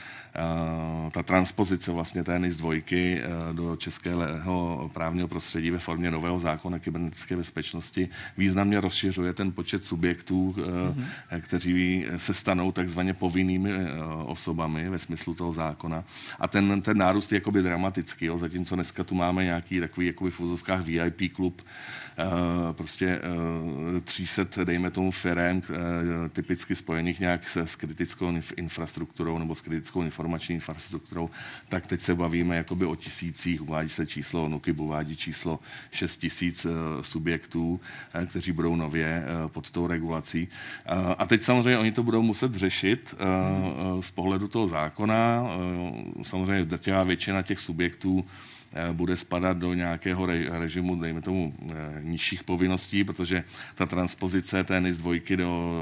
ta transpozice vlastně té NIS-2 do českého právního prostředí ve formě nového zákona kybernetické bezpečnosti významně rozšiřuje ten počet subjektů, kteří se stanou takzvaně povinnými osobami ve smyslu toho zákona. A ten nárůst je jakoby dramatický, jo? Zatímco dneska tu máme nějaký takový jakoby v úzovkách VIP klub, prostě 300, dejme tomu, firem, typicky spojených nějak s kritickou infrastrukturou nebo s kritickou informační infrastrukturou, tak teď se bavíme jakoby o tisících, uvádí se číslo, NÚKIB uvádí číslo 6 000 subjektů, kteří budou nově pod tou regulací. A teď samozřejmě oni to budou muset řešit z pohledu toho zákona. Samozřejmě drtivá většina těch subjektů bude spadat do nějakého režimu, dejme tomu, nižších povinností, protože ta transpozice té NIS-2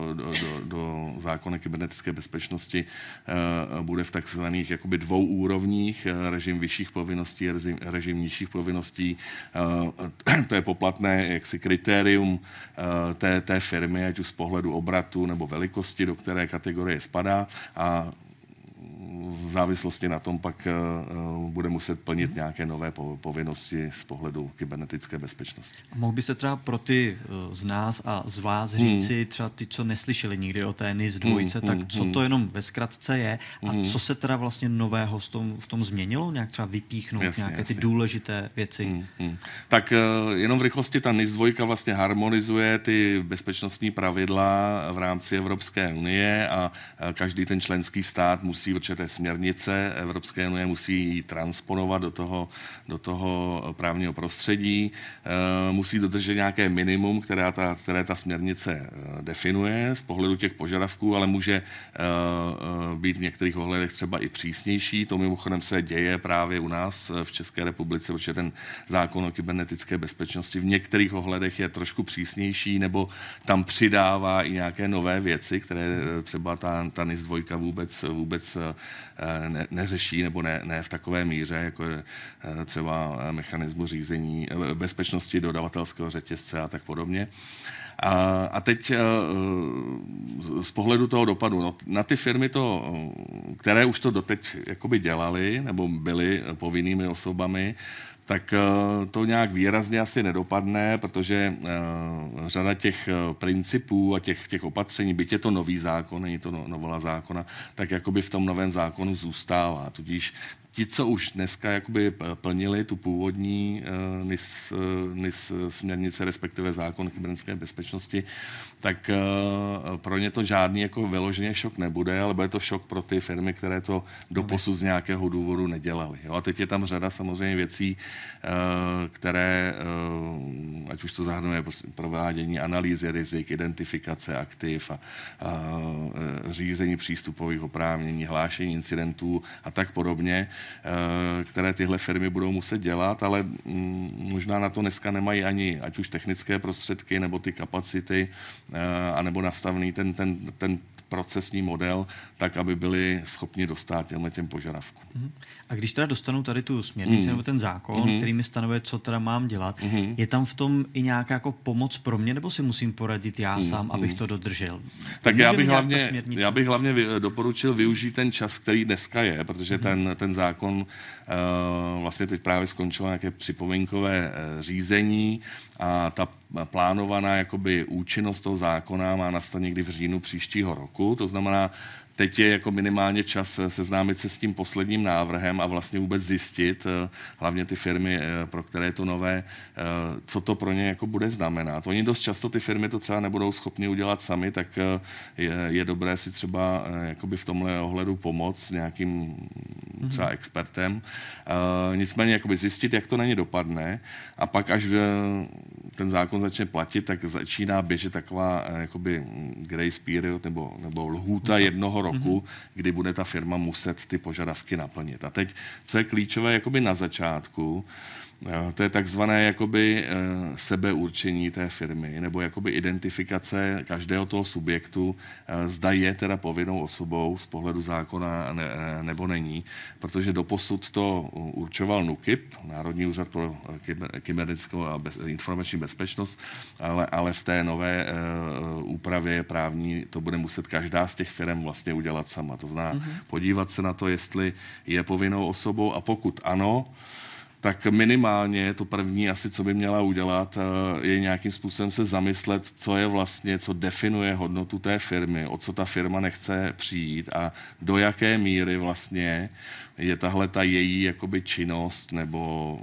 do zákona kybernetické bezpečnosti bude v takzvaných jakoby dvou úrovních, režim vyšších povinností, režim nižších povinností. To je poplatné jaksi kritérium té firmy, ať už z pohledu obratu nebo velikosti, do které kategorie spadá, a v závislosti na tom pak bude muset plnit nějaké nové povinnosti z pohledu kybernetické bezpečnosti. Mohl byste třeba pro ty z nás a z vás říci, třeba ty, co neslyšeli nikdy o té NIS-2, tak co to jenom ve zkratce je a co se teda vlastně nového v tom změnilo? Nějak třeba vypíchnout nějaké ty důležité věci? Tak jenom v rychlosti ta NIS-2 vlastně harmonizuje ty bezpečnostní pravidla v rámci Evropské unie a každý ten členský stát musí určité směrnice Evropské unie musí transponovat do toho právního prostředí, musí dodržet nějaké minimum, které ta směrnice definuje z pohledu těch požadavků, ale může být v některých ohledech třeba i přísnější. To mimochodem se děje právě u nás v České republice, protože ten zákon o kybernetické bezpečnosti v některých ohledech je trošku přísnější, nebo tam přidává i nějaké nové věci, které třeba ta NIS-2 vůbec neřeší, nebo ne v takové míře, jako je třeba mechanismus řízení bezpečnosti dodavatelského řetězce a tak podobně. A teď z pohledu toho dopadu, na ty firmy, které už to doteď jakoby dělali, nebo byly povinnými osobami, tak to nějak výrazně asi nedopadne, protože řada těch principů a těch opatření, byť je to nový zákon, není to novela zákona, tak jakoby v tom novém zákonu zůstává. Tudíž ti, co už dneska jakoby plnili tu původní NIS směrnice, respektive zákon kybernetické bezpečnosti, tak pro ně to žádný jako vyloženě šok nebude, ale bude to šok pro ty firmy, které to doposud z nějakého důvodu nedělaly. Jo? A teď je tam řada samozřejmě věcí, které, ať už to zahrnuje provádění analýzy rizik, identifikace aktiv a řízení přístupových oprávnění, hlášení incidentů a tak podobně, které tyhle firmy budou muset dělat, ale možná na to dneska nemají ani ať už technické prostředky nebo ty kapacity, anebo nastavený ten procesní model, tak, aby byli schopni dostat těm požadavkům. A když teda dostanu tady tu směrnici nebo ten zákon, který mi stanovuje, co teda mám dělat, je tam v tom i nějaká jako pomoc pro mě, nebo si musím poradit já sám, abych to dodržel? Tak já bych hlavně doporučil využít ten čas, který dneska je, protože ten zákon vlastně teď právě skončilo nějaké připomínkové řízení a ta plánovaná jakoby účinnost toho zákona má nastat někdy v říjnu příštího roku. To znamená, teď je jako minimálně čas seznámit se s tím posledním návrhem a vlastně vůbec zjistit, hlavně ty firmy, pro které je to nové, co to pro ně jako bude znamenat. Oni dost často ty firmy to třeba nebudou schopni udělat sami, tak je dobré si třeba jakoby v tomhle ohledu pomoct s nějakým třeba expertem. Nicméně jakoby zjistit, jak to na ně dopadne, a pak až ten zákon začne platit, tak začíná běžet taková jakoby grace period nebo lhůta jednoho roku, kdy bude ta firma muset ty požadavky naplnit. A teď, co je klíčové jakoby na začátku, To je takzvané jakoby sebeurčení té firmy, nebo jakoby identifikace každého toho subjektu, zda je teda povinnou osobou z pohledu zákona nebo není, protože doposud to určoval NÚKIB, Národní úřad pro kybernetickou a informační bezpečnost, ale v té nové úpravě právní to bude muset každá z těch firm vlastně udělat sama. To znamená podívat se na to, jestli je povinnou osobou, a pokud ano, tak minimálně to první asi, co by měla udělat, je nějakým způsobem se zamyslet, co je vlastně, co definuje hodnotu té firmy, o co ta firma nechce přijít a do jaké míry vlastně je tahle ta její jakoby činnost nebo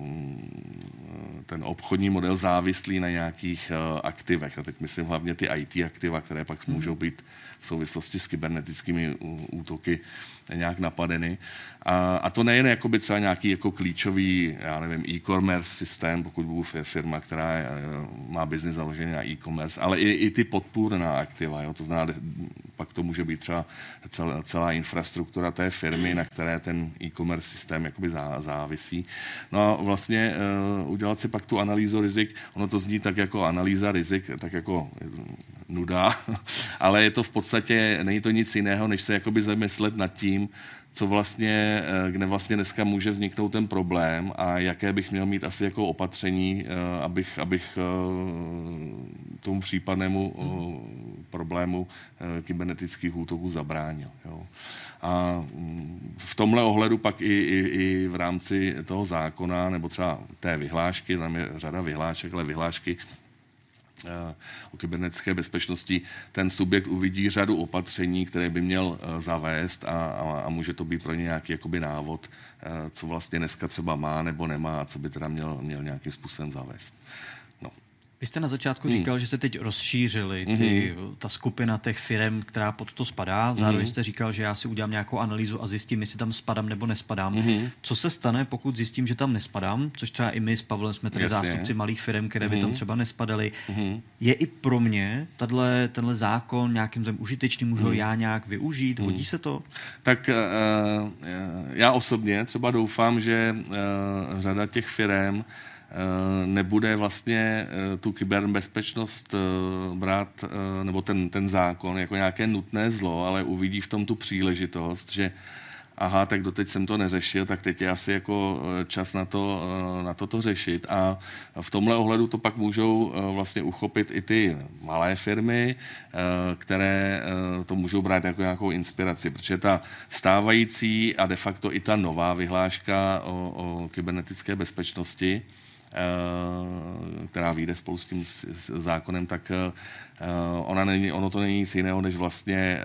ten obchodní model závislý na nějakých aktivech. A teď myslím hlavně ty IT aktiva, které pak můžou být v souvislosti s kybernetickými útoky nějak napadeny. A to nejen jakoby třeba nějaký jako klíčový, já nevím, e-commerce systém, pokud budu firma, která má biznis založený na e-commerce, ale i ty podpůrná aktiva. Jo? To znamená, pak to může být třeba celá infrastruktura té firmy, na které ten e-commerce systém jakoby závisí. No a vlastně udělat si pak tu analýzu rizik, ono to zní tak jako analýza rizik, tak jako nuda, ale je to v podstatě, není to nic jiného, než se jakoby zamyslet nad tím, co vlastně, kde vlastně dneska může vzniknout ten problém a jaké bych měl mít asi jako opatření, abych tomu případnému problému kybernetických útoků zabránil. Jo. A v tomhle ohledu pak i v rámci toho zákona, nebo třeba té vyhlášky, tam je řada vyhlášek, ale vyhlášky o kybernetické bezpečnosti, ten subjekt uvidí řadu opatření, které by měl zavést a může to být pro ně nějaký jakoby návod, co vlastně dneska třeba má nebo nemá a co by teda měl nějakým způsobem zavést. No. Vy jste na začátku říkal, že se teď rozšířili ta skupina těch firem, která pod to spadá. Zároveň jste říkal, že já si udělám nějakou analýzu a zjistím, jestli tam spadám nebo nespadám. Co se stane, pokud zjistím, že tam nespadám, což třeba i my s Pavlem jsme tady zástupci malých firem, které by tam třeba nespadaly. Je i pro mě tenhle zákon nějakým užitečný, můžu já nějak využít? Hodí se to? Tak já osobně třeba doufám, že řada těch firem nebude vlastně tu kyberbezpečnost brát, nebo ten zákon jako nějaké nutné zlo, ale uvidí v tom tu příležitost, že aha, tak doteď jsem to neřešil, tak teď je asi jako čas na to řešit. A v tomhle ohledu to pak můžou vlastně uchopit i ty malé firmy, které to můžou brát jako nějakou inspiraci, protože ta stávající a de facto i ta nová vyhláška o kybernetické bezpečnosti, která vyjde spolu s tím zákonem, tak ono to není nic jiného, než vlastně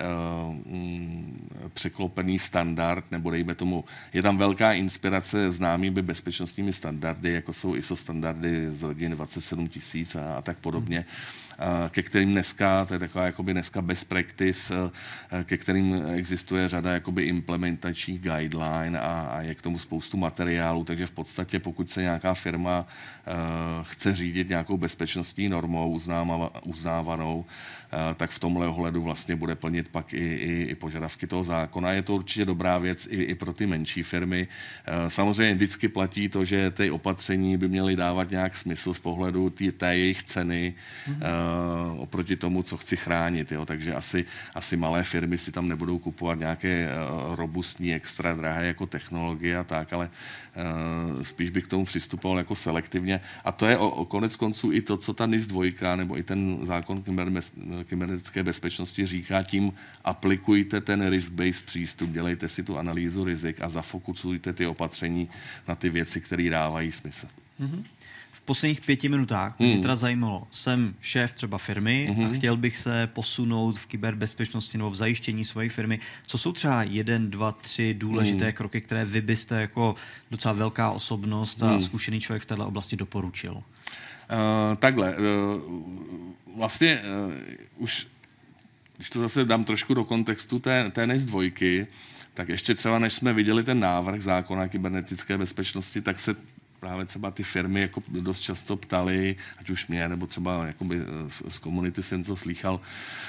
překlopený standard, nebo dejme tomu, je tam velká inspirace známými bezpečnostními standardy, jako jsou ISO standardy z rodiny 27000 a tak podobně, ke kterým dneska, to je taková jakoby dneska best practice, ke kterým existuje řada jakoby implementačních guideline a je k tomu spoustu materiálů, takže v podstatě pokud se nějaká firma chce řídit nějakou bezpečnostní normou uznávanou, tak v tomhle ohledu vlastně bude plnit pak i požadavky toho zákona. Je to určitě dobrá věc i pro ty menší firmy. Samozřejmě vždycky platí to, že ty opatření by měly dávat nějak smysl z pohledu té jejich ceny oproti tomu, co chci chránit. Jo? Takže asi malé firmy si tam nebudou kupovat nějaké robustní, extra drahé jako technologie a tak, ale spíš bych k tomu přistupoval jako selektivně. A to je konec konců i to, co ta NIS 2 nebo i ten zákon kybernetické bezpečnosti říká, tím aplikujte ten risk-based přístup, dělejte si tu analýzu rizik a zafokusujte ty opatření na ty věci, které dávají smysl. V posledních 5 minutách mě teda zajímalo, jsem šéf třeba firmy a chtěl bych se posunout v kyberbezpečnosti nebo v zajištění své firmy. Co jsou třeba 1, 2, 3 důležité kroky, které vy byste jako docela velká osobnost a zkušený člověk v této oblasti doporučil? Takhle. Vlastně už, když to zase dám trošku do kontextu té NIS 2, tak ještě třeba než jsme viděli ten návrh zákona kybernetické bezpečnosti, tak se právě třeba ty firmy jako dost často ptali, ať už mě, nebo třeba jakoby z komunity jsem to slýchal,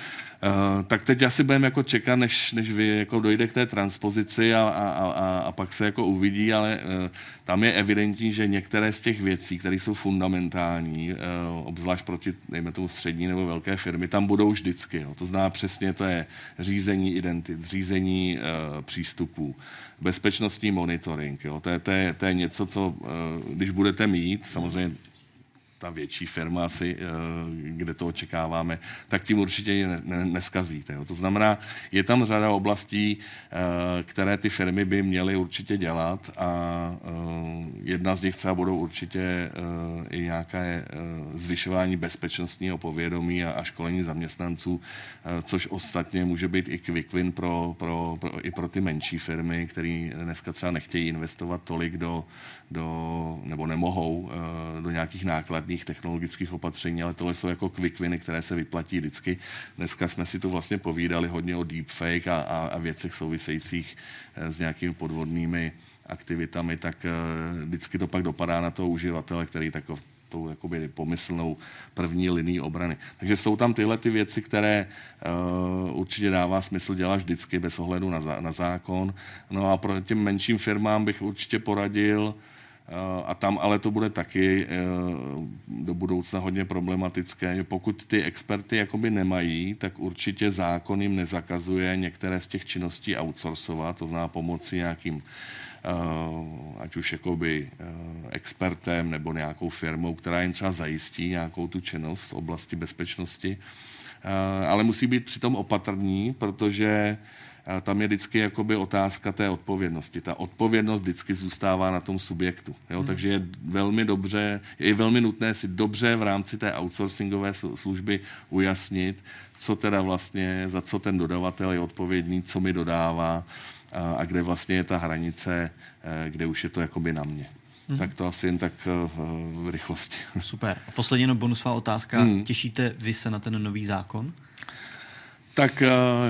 Tak teď asi budeme jako čekat, než vy jako dojde k té transpozici a pak se jako uvidí, ale tam je evidentní, že některé z těch věcí, které jsou fundamentální, obzvlášť proti, dejme tomu, střední nebo velké firmy, tam budou vždycky. Jo. To zná přesně, to je řízení identit, řízení přístupů, bezpečnostní monitoring. Jo. To je něco, co když budete mít, samozřejmě ta větší firma asi, kde to očekáváme, tak tím určitě neskazíte. Jo. To znamená, je tam řada oblastí, které ty firmy by měly určitě dělat a jedna z nich třeba budou určitě i nějaké zvyšování bezpečnostního povědomí a školení zaměstnanců, což ostatně může být i quick win i pro ty menší firmy, které dneska třeba nechtějí investovat tolik nebo nemohou do nějakých nákladných technologických opatření, ale tohle jsou jako quick winy, které se vyplatí vždycky. Dneska jsme si tu vlastně povídali hodně o deepfake a věcech souvisejících s nějakými podvodnými aktivitami, tak vždycky to pak dopadá na toho uživatele, který tou jakoby pomyslnou první linii obrany. Takže jsou tam tyhle ty věci, které určitě dává smysl dělat vždycky bez ohledu na zákon. No a pro těm menším firmám bych určitě poradil, a tam ale to bude taky do budoucna hodně problematické. Pokud ty experty jakoby nemají, tak určitě zákon jim nezakazuje některé z těch činností outsourcovat, to znamená pomoci nějakým ať už jakoby expertem nebo nějakou firmou, která jim třeba zajistí nějakou tu činnost v oblasti bezpečnosti. Ale musí být přitom opatrní, protože tam je vždycky jakoby otázka té odpovědnosti. Ta odpovědnost vždycky zůstává na tom subjektu. Jo? Takže je velmi nutné si dobře v rámci té outsourcingové služby ujasnit, co teda vlastně, za co ten dodavatel je odpovědný, co mi dodává a kde vlastně je ta hranice, kde už je to jakoby na mě. Tak to asi jen tak v rychlosti. Super. A poslední bonusová otázka. Těšíte vy se na ten nový zákon? Tak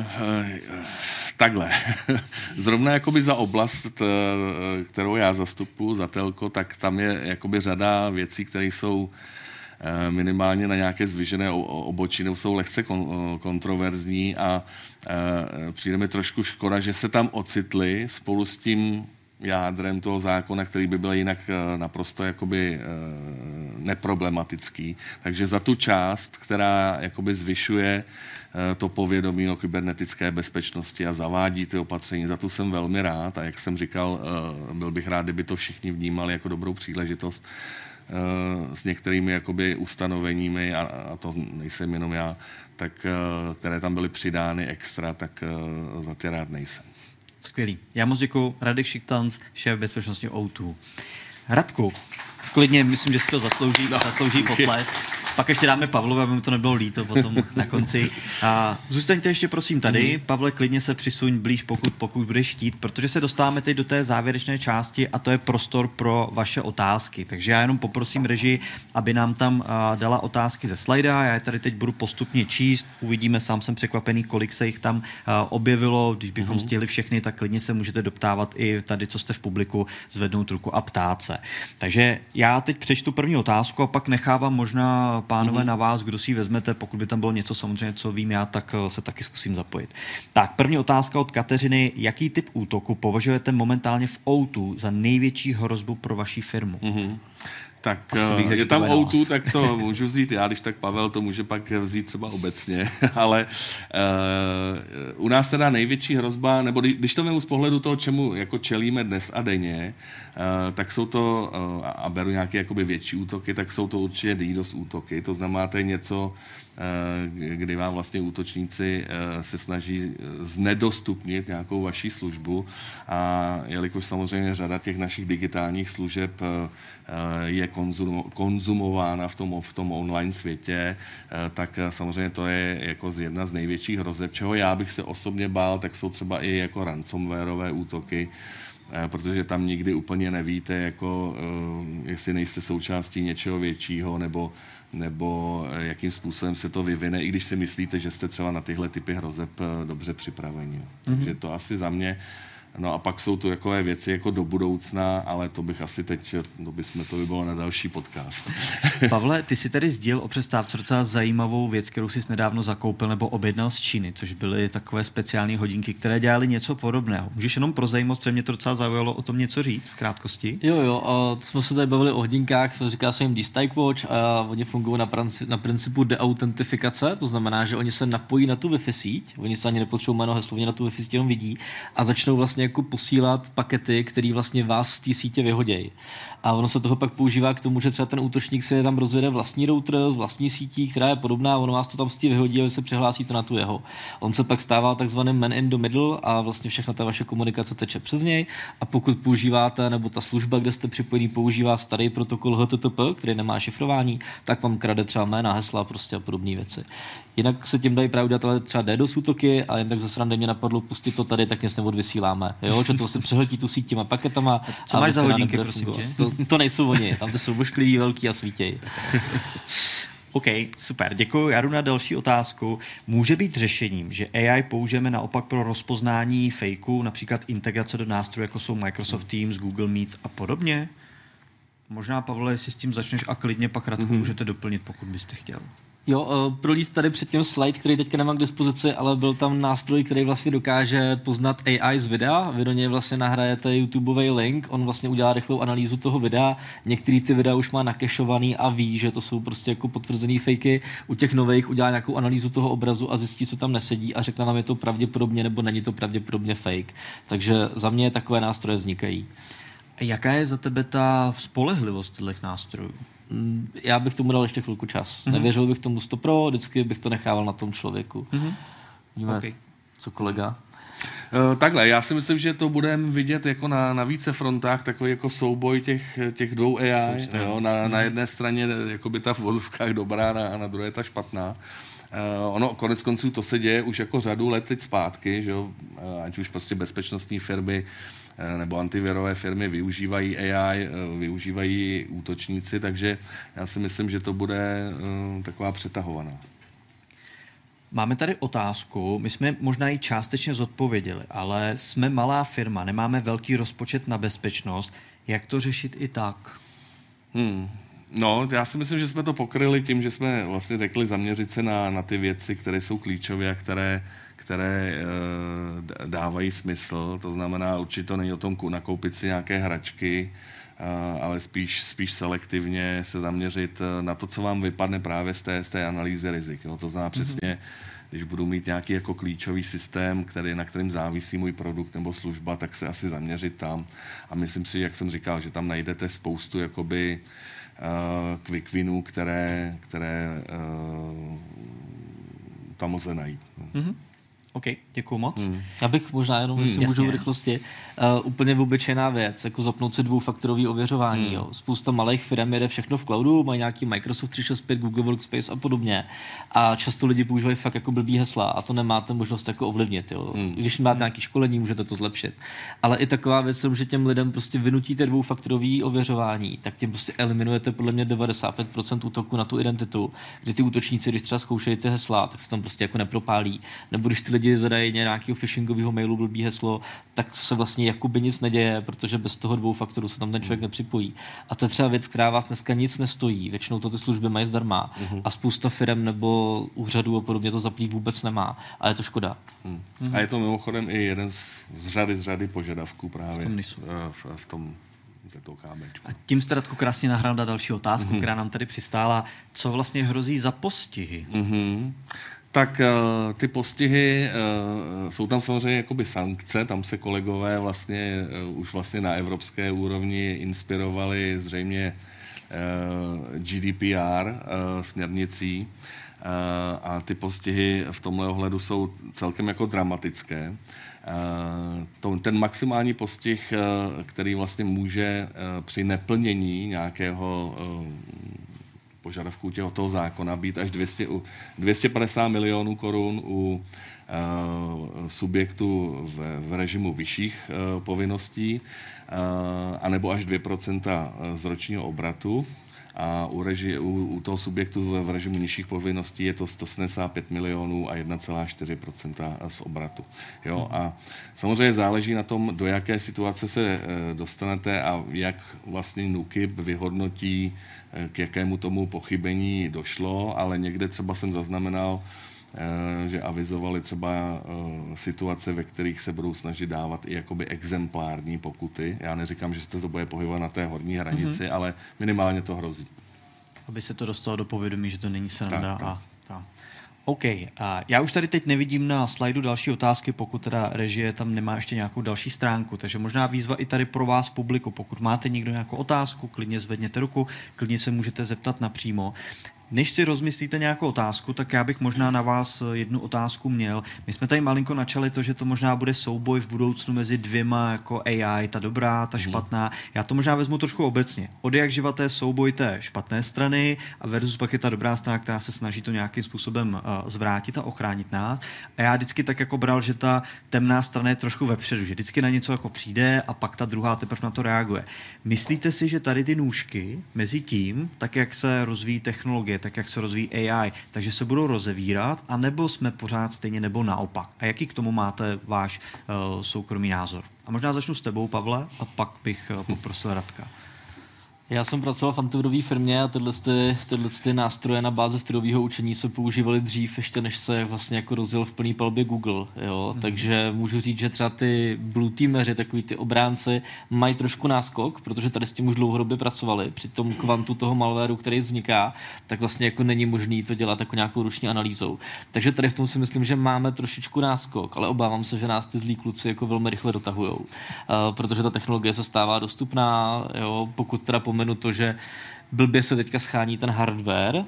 takhle. Zrovna jakoby za oblast, kterou já zastupuji, za telko, tak tam je jakoby řada věcí, které jsou minimálně na nějaké zvyžené obočiny, jsou lehce kontroverzní a přijde mi trošku škoda, že se tam ocitli spolu s tím jádrem toho zákona, který by byl jinak naprosto jakoby neproblematický. Takže za tu část, která jakoby zvyšuje to povědomí o kybernetické bezpečnosti a zavádí ty opatření, za to jsem velmi rád a jak jsem říkal, byl bych rád, kdyby to všichni vnímali jako dobrou příležitost s některými jakoby ustanoveními, a to nejsem jenom já, tak, které tam byly přidány extra, tak za ty rád nejsem. Skvělý. Já moc děkuju. Radek Šiktanc, šéf bezpečnosti O2. Radku, klidně myslím, že si to zaslouží potlesk. Pak ještě dáme Pavlovi, aby mu to nebylo líto potom na konci. A zůstaňte ještě prosím tady. Pavle, klidně se přisuň blíž, pokud budeš chtít, protože se dostáváme teď do té závěrečné části a to je prostor pro vaše otázky. Takže já jenom poprosím režii, aby nám tam dala otázky ze slajda. Já je tady teď budu postupně číst. Uvidíme, sám jsem překvapený, kolik se jich tam objevilo. Když bychom stihli všechny, tak klidně se můžete doptávat i tady, co jste v publiku, zvednout ruku a ptát se. Takže já teď přečtu první otázku a pak nechávám možná pánové na vás, kdo si ji vezmete, pokud by tam bylo něco samozřejmě, co vím já, tak se taky zkusím zapojit. Tak, první otázka od Kateřiny. Jaký typ útoku považujete momentálně v O2 za největší hrozbu pro vaši firmu? Tak je tam O2, tak to můžu vzít já, když tak Pavel to může pak vzít třeba obecně, ale u nás teda největší hrozba, nebo když to vemu z pohledu toho, čemu jako čelíme dnes a denně, tak jsou to, a beru nějaké jakoby větší útoky, tak jsou to určitě DDoS útoky, to znamená, to je něco, kdy vám vlastně útočníci se snaží znedostupnit nějakou vaši službu a jelikož samozřejmě řada těch našich digitálních služeb je konzumována v tom online světě, tak samozřejmě to je jako jedna z největších hrozeb, čeho já bych se osobně bál, tak jsou třeba i jako ransomwareové útoky, protože tam nikdy úplně nevíte, jako, jestli nejste součástí něčeho většího, nebo jakým způsobem se to vyvine, i když si myslíte, že jste třeba na tyhle typy hrozeb dobře připraveni. Takže to asi za mě. No a pak jsou to takové věci jako do budoucna, ale to bych asi teď, to by bylo na další podcast. Pavle, ty si tady sdělil o přestávce docela zajímavou věc, kterou jsi nedávno zakoupil nebo objednal z Číny, což byly takové speciální hodinky, které dělaly něco podobného. Můžeš jenom pro zajímavost, protože mě to docela zaujalo, o tom něco říct v krátkosti? Jo, jsme se tady bavili o hodinkách, říká se jim D-Stike Watch a oni fungují na principu deautentifikace, to znamená, že oni se napojí na tu Wi-Fi síť, oni se ani nepotřebují jméno heslo, oni na tu Wi-Fi síť jenom vidí a začnou vlastně jako posílat pakety, které vlastně vás z té sítě vyhodějí. A ono se toho pak používá k tomu, že třeba ten útočník si tam rozjede vlastní router z vlastní sítí, která je podobná, ono vás to tam z té vyhodí a vy se přihlásíte na tu jeho. On se pak stává takzvaným man in the middle a vlastně všechna ta vaše komunikace teče přes něj a pokud používáte, nebo ta služba, kde jste připojení, používá starý protokol HTTP, který nemá šifrování, tak vám krade třeba jména, hesla prostě a podobné věci. Jinak se tím dají právě udělat ale třeba DDoS útoky a jen tak ze srandy mě napadlo pustit to tady, tak nic neodvysíláme. Jo? Že to se přehltí tu síť těma paketama. Co máš za hodinky, prosím tě? To nejsou oni, tam to jsou bošklivý, velký a svítěj. OK, super, děkuji. Já jdu na další otázku. Může být řešením, že AI použijeme naopak pro rozpoznání fakeů, například integrace do nástrojů, jako jsou Microsoft Teams, Google Meets a podobně? Možná, Pavle, jestli s tím začneš a klidně pak Radku můžete doplnit, pokud byste chtěl. Jo, prolít tady předtím slide, který teďka nemám k dispozici, ale byl tam nástroj, který vlastně dokáže poznat AI z videa. Vy do něj vlastně nahrajete YouTubeový link, on vlastně udělá rychlou analýzu toho videa. Některý ty videa už má nakešovaný a ví, že to jsou prostě jako potvrzený fakey. U těch nových udělá nějakou analýzu toho obrazu a zjistí, co tam nesedí a řekne nám, je to pravděpodobně nebo není to pravděpodobně fake. Takže za mě takové nástroje vznikají. Jaká je za tebe ta spolehlivost těch nástrojů? Já bych tomu dal ještě chvilku čas. Nevěřil bych tomu 100%, vždycky bych to nechával na tom člověku. Víme, Okay. co kolega? Takhle, já si myslím, že to budeme vidět jako na více frontách, takový jako souboj těch dvou AI. Jo? Na jedné straně jakoby ta v vozovkách dobrá a na druhé ta špatná. Ono konec konců to se děje už jako řadu let teď zpátky, že jo? Ať už prostě bezpečnostní firmy nebo antivirové firmy využívají AI, využívají útočníci, takže já si myslím, že to bude taková přetahovaná. Máme tady otázku, my jsme možná ji částečně zodpověděli, ale jsme malá firma, nemáme velký rozpočet na bezpečnost. Jak to řešit i tak? No, já si myslím, že jsme to pokryli tím, že jsme vlastně řekli zaměřit se na ty věci, které jsou klíčové a které dávají smysl. To znamená, určitě to není o tom nakoupit si nějaké hračky, ale spíš selektivně se zaměřit na to, co vám vypadne právě z té analýzy rizik. Jo. To znamená přesně, když budu mít nějaký jako klíčový systém, na kterým závisí můj produkt nebo služba, tak se asi zaměřit tam. A myslím si, jak jsem říkal, že tam najdete spoustu jakoby quick winů, které tam lze najít. OK, děkuju moc. Já bych možná jenom, jestli můžu v rychlosti, úplně obyčejná věc, jako zapnout si dvoufaktorový ověřování. Jo. Spousta malých firm jede všechno v cloudu, mají nějaký Microsoft 365, Google Workspace a podobně. A často lidi používají fakt jako blbý hesla a to nemáte možnost jako ovlivnit. Jo. Když máte nějaké školení, můžete to zlepšit. Ale i taková věc, že těm lidem prostě vynutíte dvoufaktorový ověřování, tak tím prostě eliminujete podle mě 95% útoku na tu identitu, kdy ty útočníci, když třeba zkoušejí ty hesla, tak se tam prostě jako nepropálí. Nebo když ty lidi zadají nějakého phishingového mailu blbý heslo, tak se vlastně jakoby nic neděje, protože bez toho dvou faktorů se tam ten člověk nepřipojí. A to je třeba věc, která vás dneska nic nestojí. Většinou to ty služby mají zdarma a spousta firem nebo úřadů a podobně to zaplý vůbec nemá. A je to škoda. A je to mimochodem i jeden z řady požadavků právě v tom ZOKBčku. A tím jste, Radku, krásně nahrál na další otázku, která nám tady přistála. Co vlastně hrozí za postihy? Tak ty postihy, jsou tam samozřejmě jakoby sankce, tam se kolegové už vlastně na evropské úrovni inspirovali zřejmě GDPR směrnicí a ty postihy v tomhle ohledu jsou celkem jako dramatické. Ten maximální postih, který vlastně může při neplnění nějakého požadavků toho zákona být až 250 milionů korun u subjektů v režimu vyšších povinností, anebo až 2% z ročního obratu. a u toho subjektu v režimu nižších povinností je to 175 milionů a 1,4% z obratu. Jo? A samozřejmě záleží na tom, do jaké situace se dostanete a jak vlastně NÚKIB vyhodnotí, k jakému tomu pochybení došlo, ale někde třeba jsem zaznamenal, že avizovali třeba situace, ve kterých se budou snažit dávat i jakoby exemplární pokuty. Já neříkám, že se to bude pohybovat na té horní hranici, ale minimálně to hrozí. Aby se to dostalo do povědomí, že to není sranda. OK. A já už tady teď nevidím na slajdu další otázky, pokud teda režie tam nemá ještě nějakou další stránku. Takže možná výzva i tady pro vás, publiku. Pokud máte někdo nějakou otázku, klidně zvedněte ruku, klidně se můžete zeptat napřímo. Než si rozmyslíte nějakou otázku, tak já bych možná na vás jednu otázku měl. My jsme tady malinko načali to, že to možná bude souboj v budoucnu mezi dvěma jako AI, ta dobrá, ta špatná. Já to možná vezmu trošku obecně. Od jak živa té souboj té špatné strany a versus pak je ta dobrá strana, která se snaží to nějakým způsobem zvrátit a ochránit nás. A já vždycky tak jako bral, že ta temná strana je trošku vepředu, že vždycky na něco jako přijde a pak ta druhá teprve na to reaguje. Myslíte si, že tady ty nůžky mezi tím, tak jak se rozvíjí technologie, tak jak se rozvíjí AI, takže se budou rozevírat, anebo jsme pořád stejně, nebo naopak? A jaký k tomu máte váš soukromý názor? A možná začnu s tebou, Pavle, a pak bych poprosil Radka. Já jsem pracoval v antivirové firmě a tyhle nástroje na bázi strojového učení se používaly dřív, ještě než se vlastně jako rozjel v plný palbě Google. Jo? Takže můžu říct, že třeba ty blue teameři, takový ty obránci, mají trošku náskok, protože tady s tím už dlouhodobě pracovali. Při tom kvantu toho malwareu, který vzniká, tak vlastně jako není možný to dělat jako nějakou ruční analýzou. Takže tady v tom si myslím, že máme trošičku náskok, ale obávám se, že nás ty zlí kluci jako velmi rychle dotahujou. Protože ta technologie se stává dostupná, jo? Pokud teda pomenu to, že blbě se teďka schání ten hardware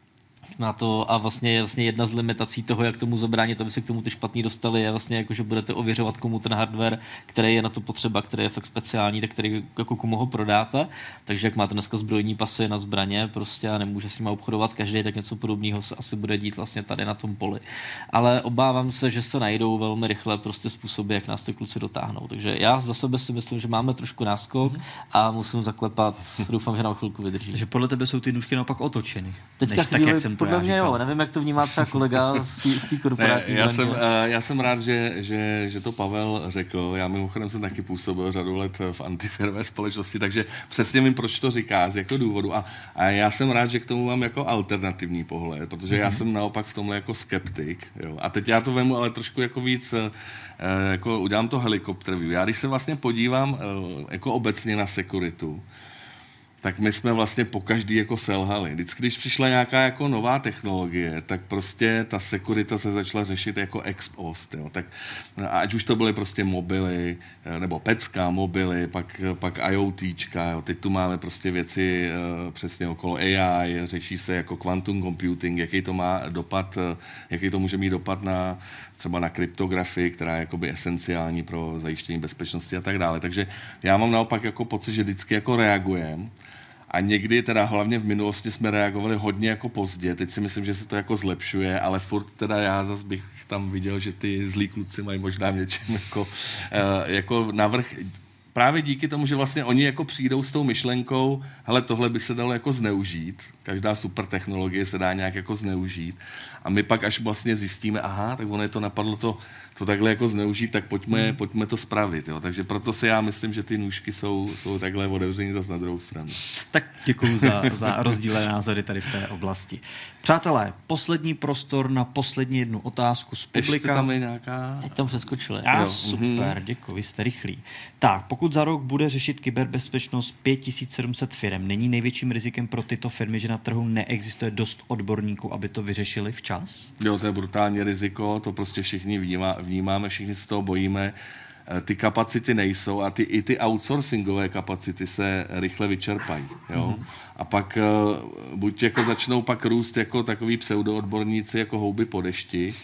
na to a vlastně jedna z limitací toho, jak tomu zabránit, aby se k tomu ty špatný dostali, je vlastně jako, že budete ověřovat, komu ten hardware, který je na to potřeba, který je fakt speciální, tak který jako komu ho prodáte. Takže jak máte dneska zbrojní pasy na zbraně prostě a nemůže s nimi obchodovat každý, tak něco podobného se asi bude dít vlastně tady na tom poli. Ale obávám se, že se najdou velmi rychle prostě způsoby, jak nás ty kluci dotáhnou. Takže já za sebe si myslím, že máme trošku náskok a musím zaklepat. Doufám, že na chvilku vydrží. Takže podle tebe jsou ty nůžky naopak otočeny. Teďka tak, jak jsem to podle mě jo, nevím, jak to vnímá třeba kolega z té korporátní. Já jsem rád, že to Pavel řekl. Já mimochodem jsem taky působil řadu let v antivirové společnosti, takže přesně vím, proč to říká, z jakého důvodu. A já jsem rád, že k tomu mám jako alternativní pohled, protože já jsem naopak v tomhle jako skeptik. Jo. A teď já to vemu ale trošku jako víc, jako udělám to helikopter view. Já když se vlastně podívám jako obecně na sekuritu, tak my jsme vlastně pokaždý jako selhali. Vždycky, když přišla nějaká jako nová technologie, tak prostě ta sekurita se začala řešit jako ex post. Jo. Tak ať už to byly prostě mobily, nebo pecka, mobily, pak IoTčka, jo. Teď tu máme prostě věci přesně okolo AI, řeší se jako quantum computing, jaký to má dopad, jaký to může mít dopad na třeba na kryptografii, která je jakoby esenciální pro zajištění bezpečnosti a tak dále. Takže já mám naopak jako pocit, že vždycky jako reagujeme. A někdy teda hlavně v minulosti jsme reagovali hodně jako pozdě. Teď si myslím, že se to jako zlepšuje, ale furt teda já zase bych tam viděl, že ty zlí kluci mají možná něčím jako navrch. Právě díky tomu, že vlastně oni jako přijdou s tou myšlenkou, hele, tohle by se dalo jako zneužít. Každá super technologie se dá nějak jako zneužít. A my pak až vlastně zjistíme, aha, tak ono je to napadlo to takhle jako zneužít, tak pojďme to spravit. Jo. Takže proto si já myslím, že ty nůžky jsou takhle otevřený zase na druhou stranu. Tak děkuju za rozdílné názory tady v té oblasti. Přátelé, poslední prostor na poslední jednu otázku z publika. Ještě tam je nějaká... Teď tam přeskočili. Super, děkuji, vy jste rychlí. Tak, pokud za rok bude řešit kyberbezpečnost 5700 firm, není největším rizikem pro tyto firmy, že na trhu neexistuje dost odborníků, aby to vyřešili včas? Jo, to je brutální riziko, to prostě všichni vnímáme, všichni se toho bojíme. Ty kapacity nejsou a i ty outsourcingové kapacity se rychle vyčerpají. Jo? A pak buď jako začnou pak růst jako takový pseudoodborníci jako houby po dešti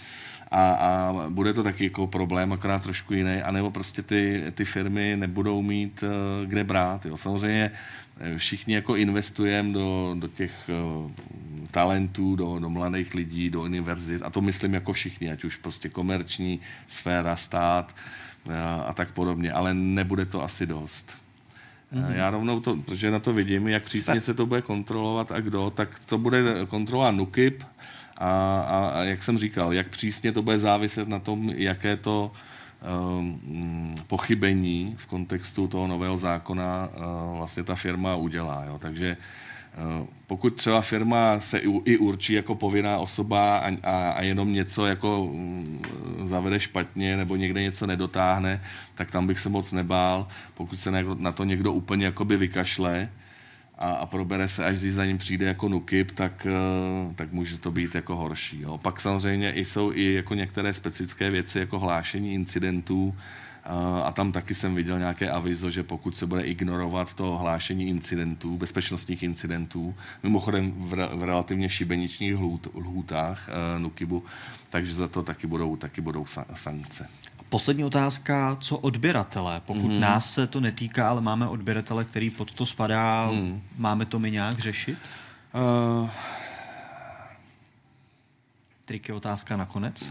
a bude to taky jako problém, akorát trošku jiný, anebo prostě ty firmy nebudou mít kde brát. Jo? Samozřejmě všichni jako investujeme do těch talentů, do mladých lidí, do univerzit a to myslím jako všichni, ať už prostě komerční sféra, stát a tak podobně, ale nebude to asi dost. Já rovnou to, protože na to vidím, jak přísně se to bude kontrolovat a kdo, tak to bude kontrolovat NÚKIB a jak jsem říkal, jak přísně to bude záviset na tom, jaké to pochybení v kontextu toho nového zákona vlastně ta firma udělá. Jo. Takže pokud třeba firma se i určí jako povinná osoba a jenom něco jako zavede špatně nebo někde něco nedotáhne, tak tam bych se moc nebál. Pokud se na to někdo úplně jakoby vykašle a probere se, až za ním přijde jako NÚKIB, tak může to být jako horší. Jo. Pak samozřejmě jsou i jako některé specifické věci, jako hlášení incidentů, a tam taky jsem viděl nějaké avizo, že pokud se bude ignorovat to hlášení incidentů, bezpečnostních incidentů, mimochodem v relativně šibeničních lhůtách NÚKIBu, takže za to taky budou sankce. Poslední otázka, co odběratele? Pokud nás se to netýká, ale máme odběratele, který pod to spadá, máme to my nějak řešit? Triky otázka nakonec.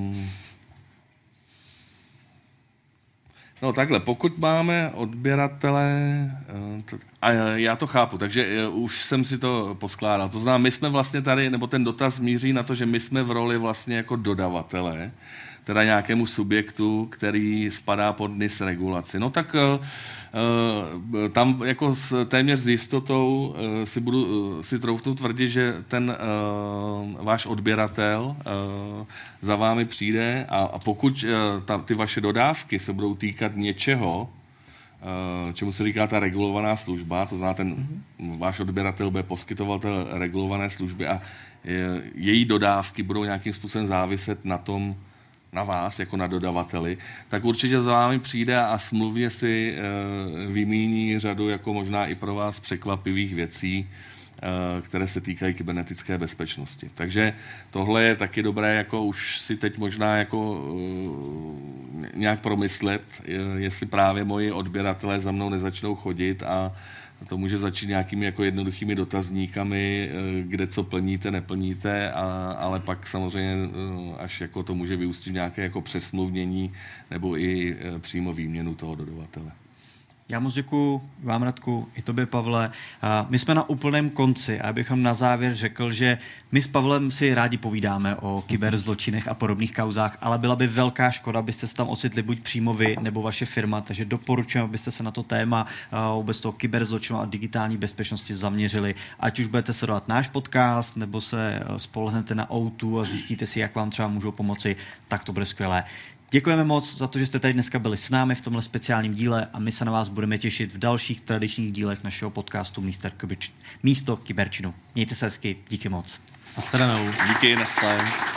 No takhle, pokud máme odběratele, a já to chápu, takže už jsem si to poskládal. To znamená, my jsme vlastně tady, nebo ten dotaz míří na to, že my jsme v roli vlastně jako dodavatele, teda nějakému subjektu, který spadá pod NIS regulaci. No tak tam jako téměř s jistotou si troufnu tvrdit, že ten váš odběratel za vámi přijde a pokud ty vaše dodávky se budou týkat něčeho, čemu se říká ta regulovaná služba, to znamená ten váš odběratel bude poskytovatel regulované služby a její dodávky budou nějakým způsobem záviset na vás, jako na dodavateli, tak určitě za vámi přijde a smluvně si vymíní řadu jako možná i pro vás překvapivých věcí, které se týkají kybernetické bezpečnosti. Takže tohle je taky dobré, jako už si teď možná jako nějak promyslet, jestli právě moji odběratelé za mnou nezačnou chodit a to může začít nějakými jako jednoduchými dotazníkami, kde co plníte, neplníte, ale pak samozřejmě až jako to může vyústit nějaké jako přesmluvnění nebo i přímo výměnu toho dodavatele. Já moc děkuju vám, Radku, i tobě, Pavle. My jsme na úplném konci a abychom na závěr řekl, že my s Pavlem si rádi povídáme o kyberzločinech a podobných kauzách, ale byla by velká škoda, abyste se tam ocitli buď přímo vy nebo vaše firma, takže doporučujeme, abyste se na to téma vůbec toho kyberzločinu a digitální bezpečnosti zaměřili. Ať už budete sledovat náš podcast, nebo se spolehnete na O2 a zjistíte si, jak vám třeba můžou pomoci, tak to bude skvělé. Děkujeme moc za to, že jste tady dneska byli s námi v tomhle speciálním díle a my se na vás budeme těšit v dalších tradičních dílech našeho podcastu Místo kyberčinu. Mějte se hezky, díky moc. Nashledanou. Díky, nashledanou.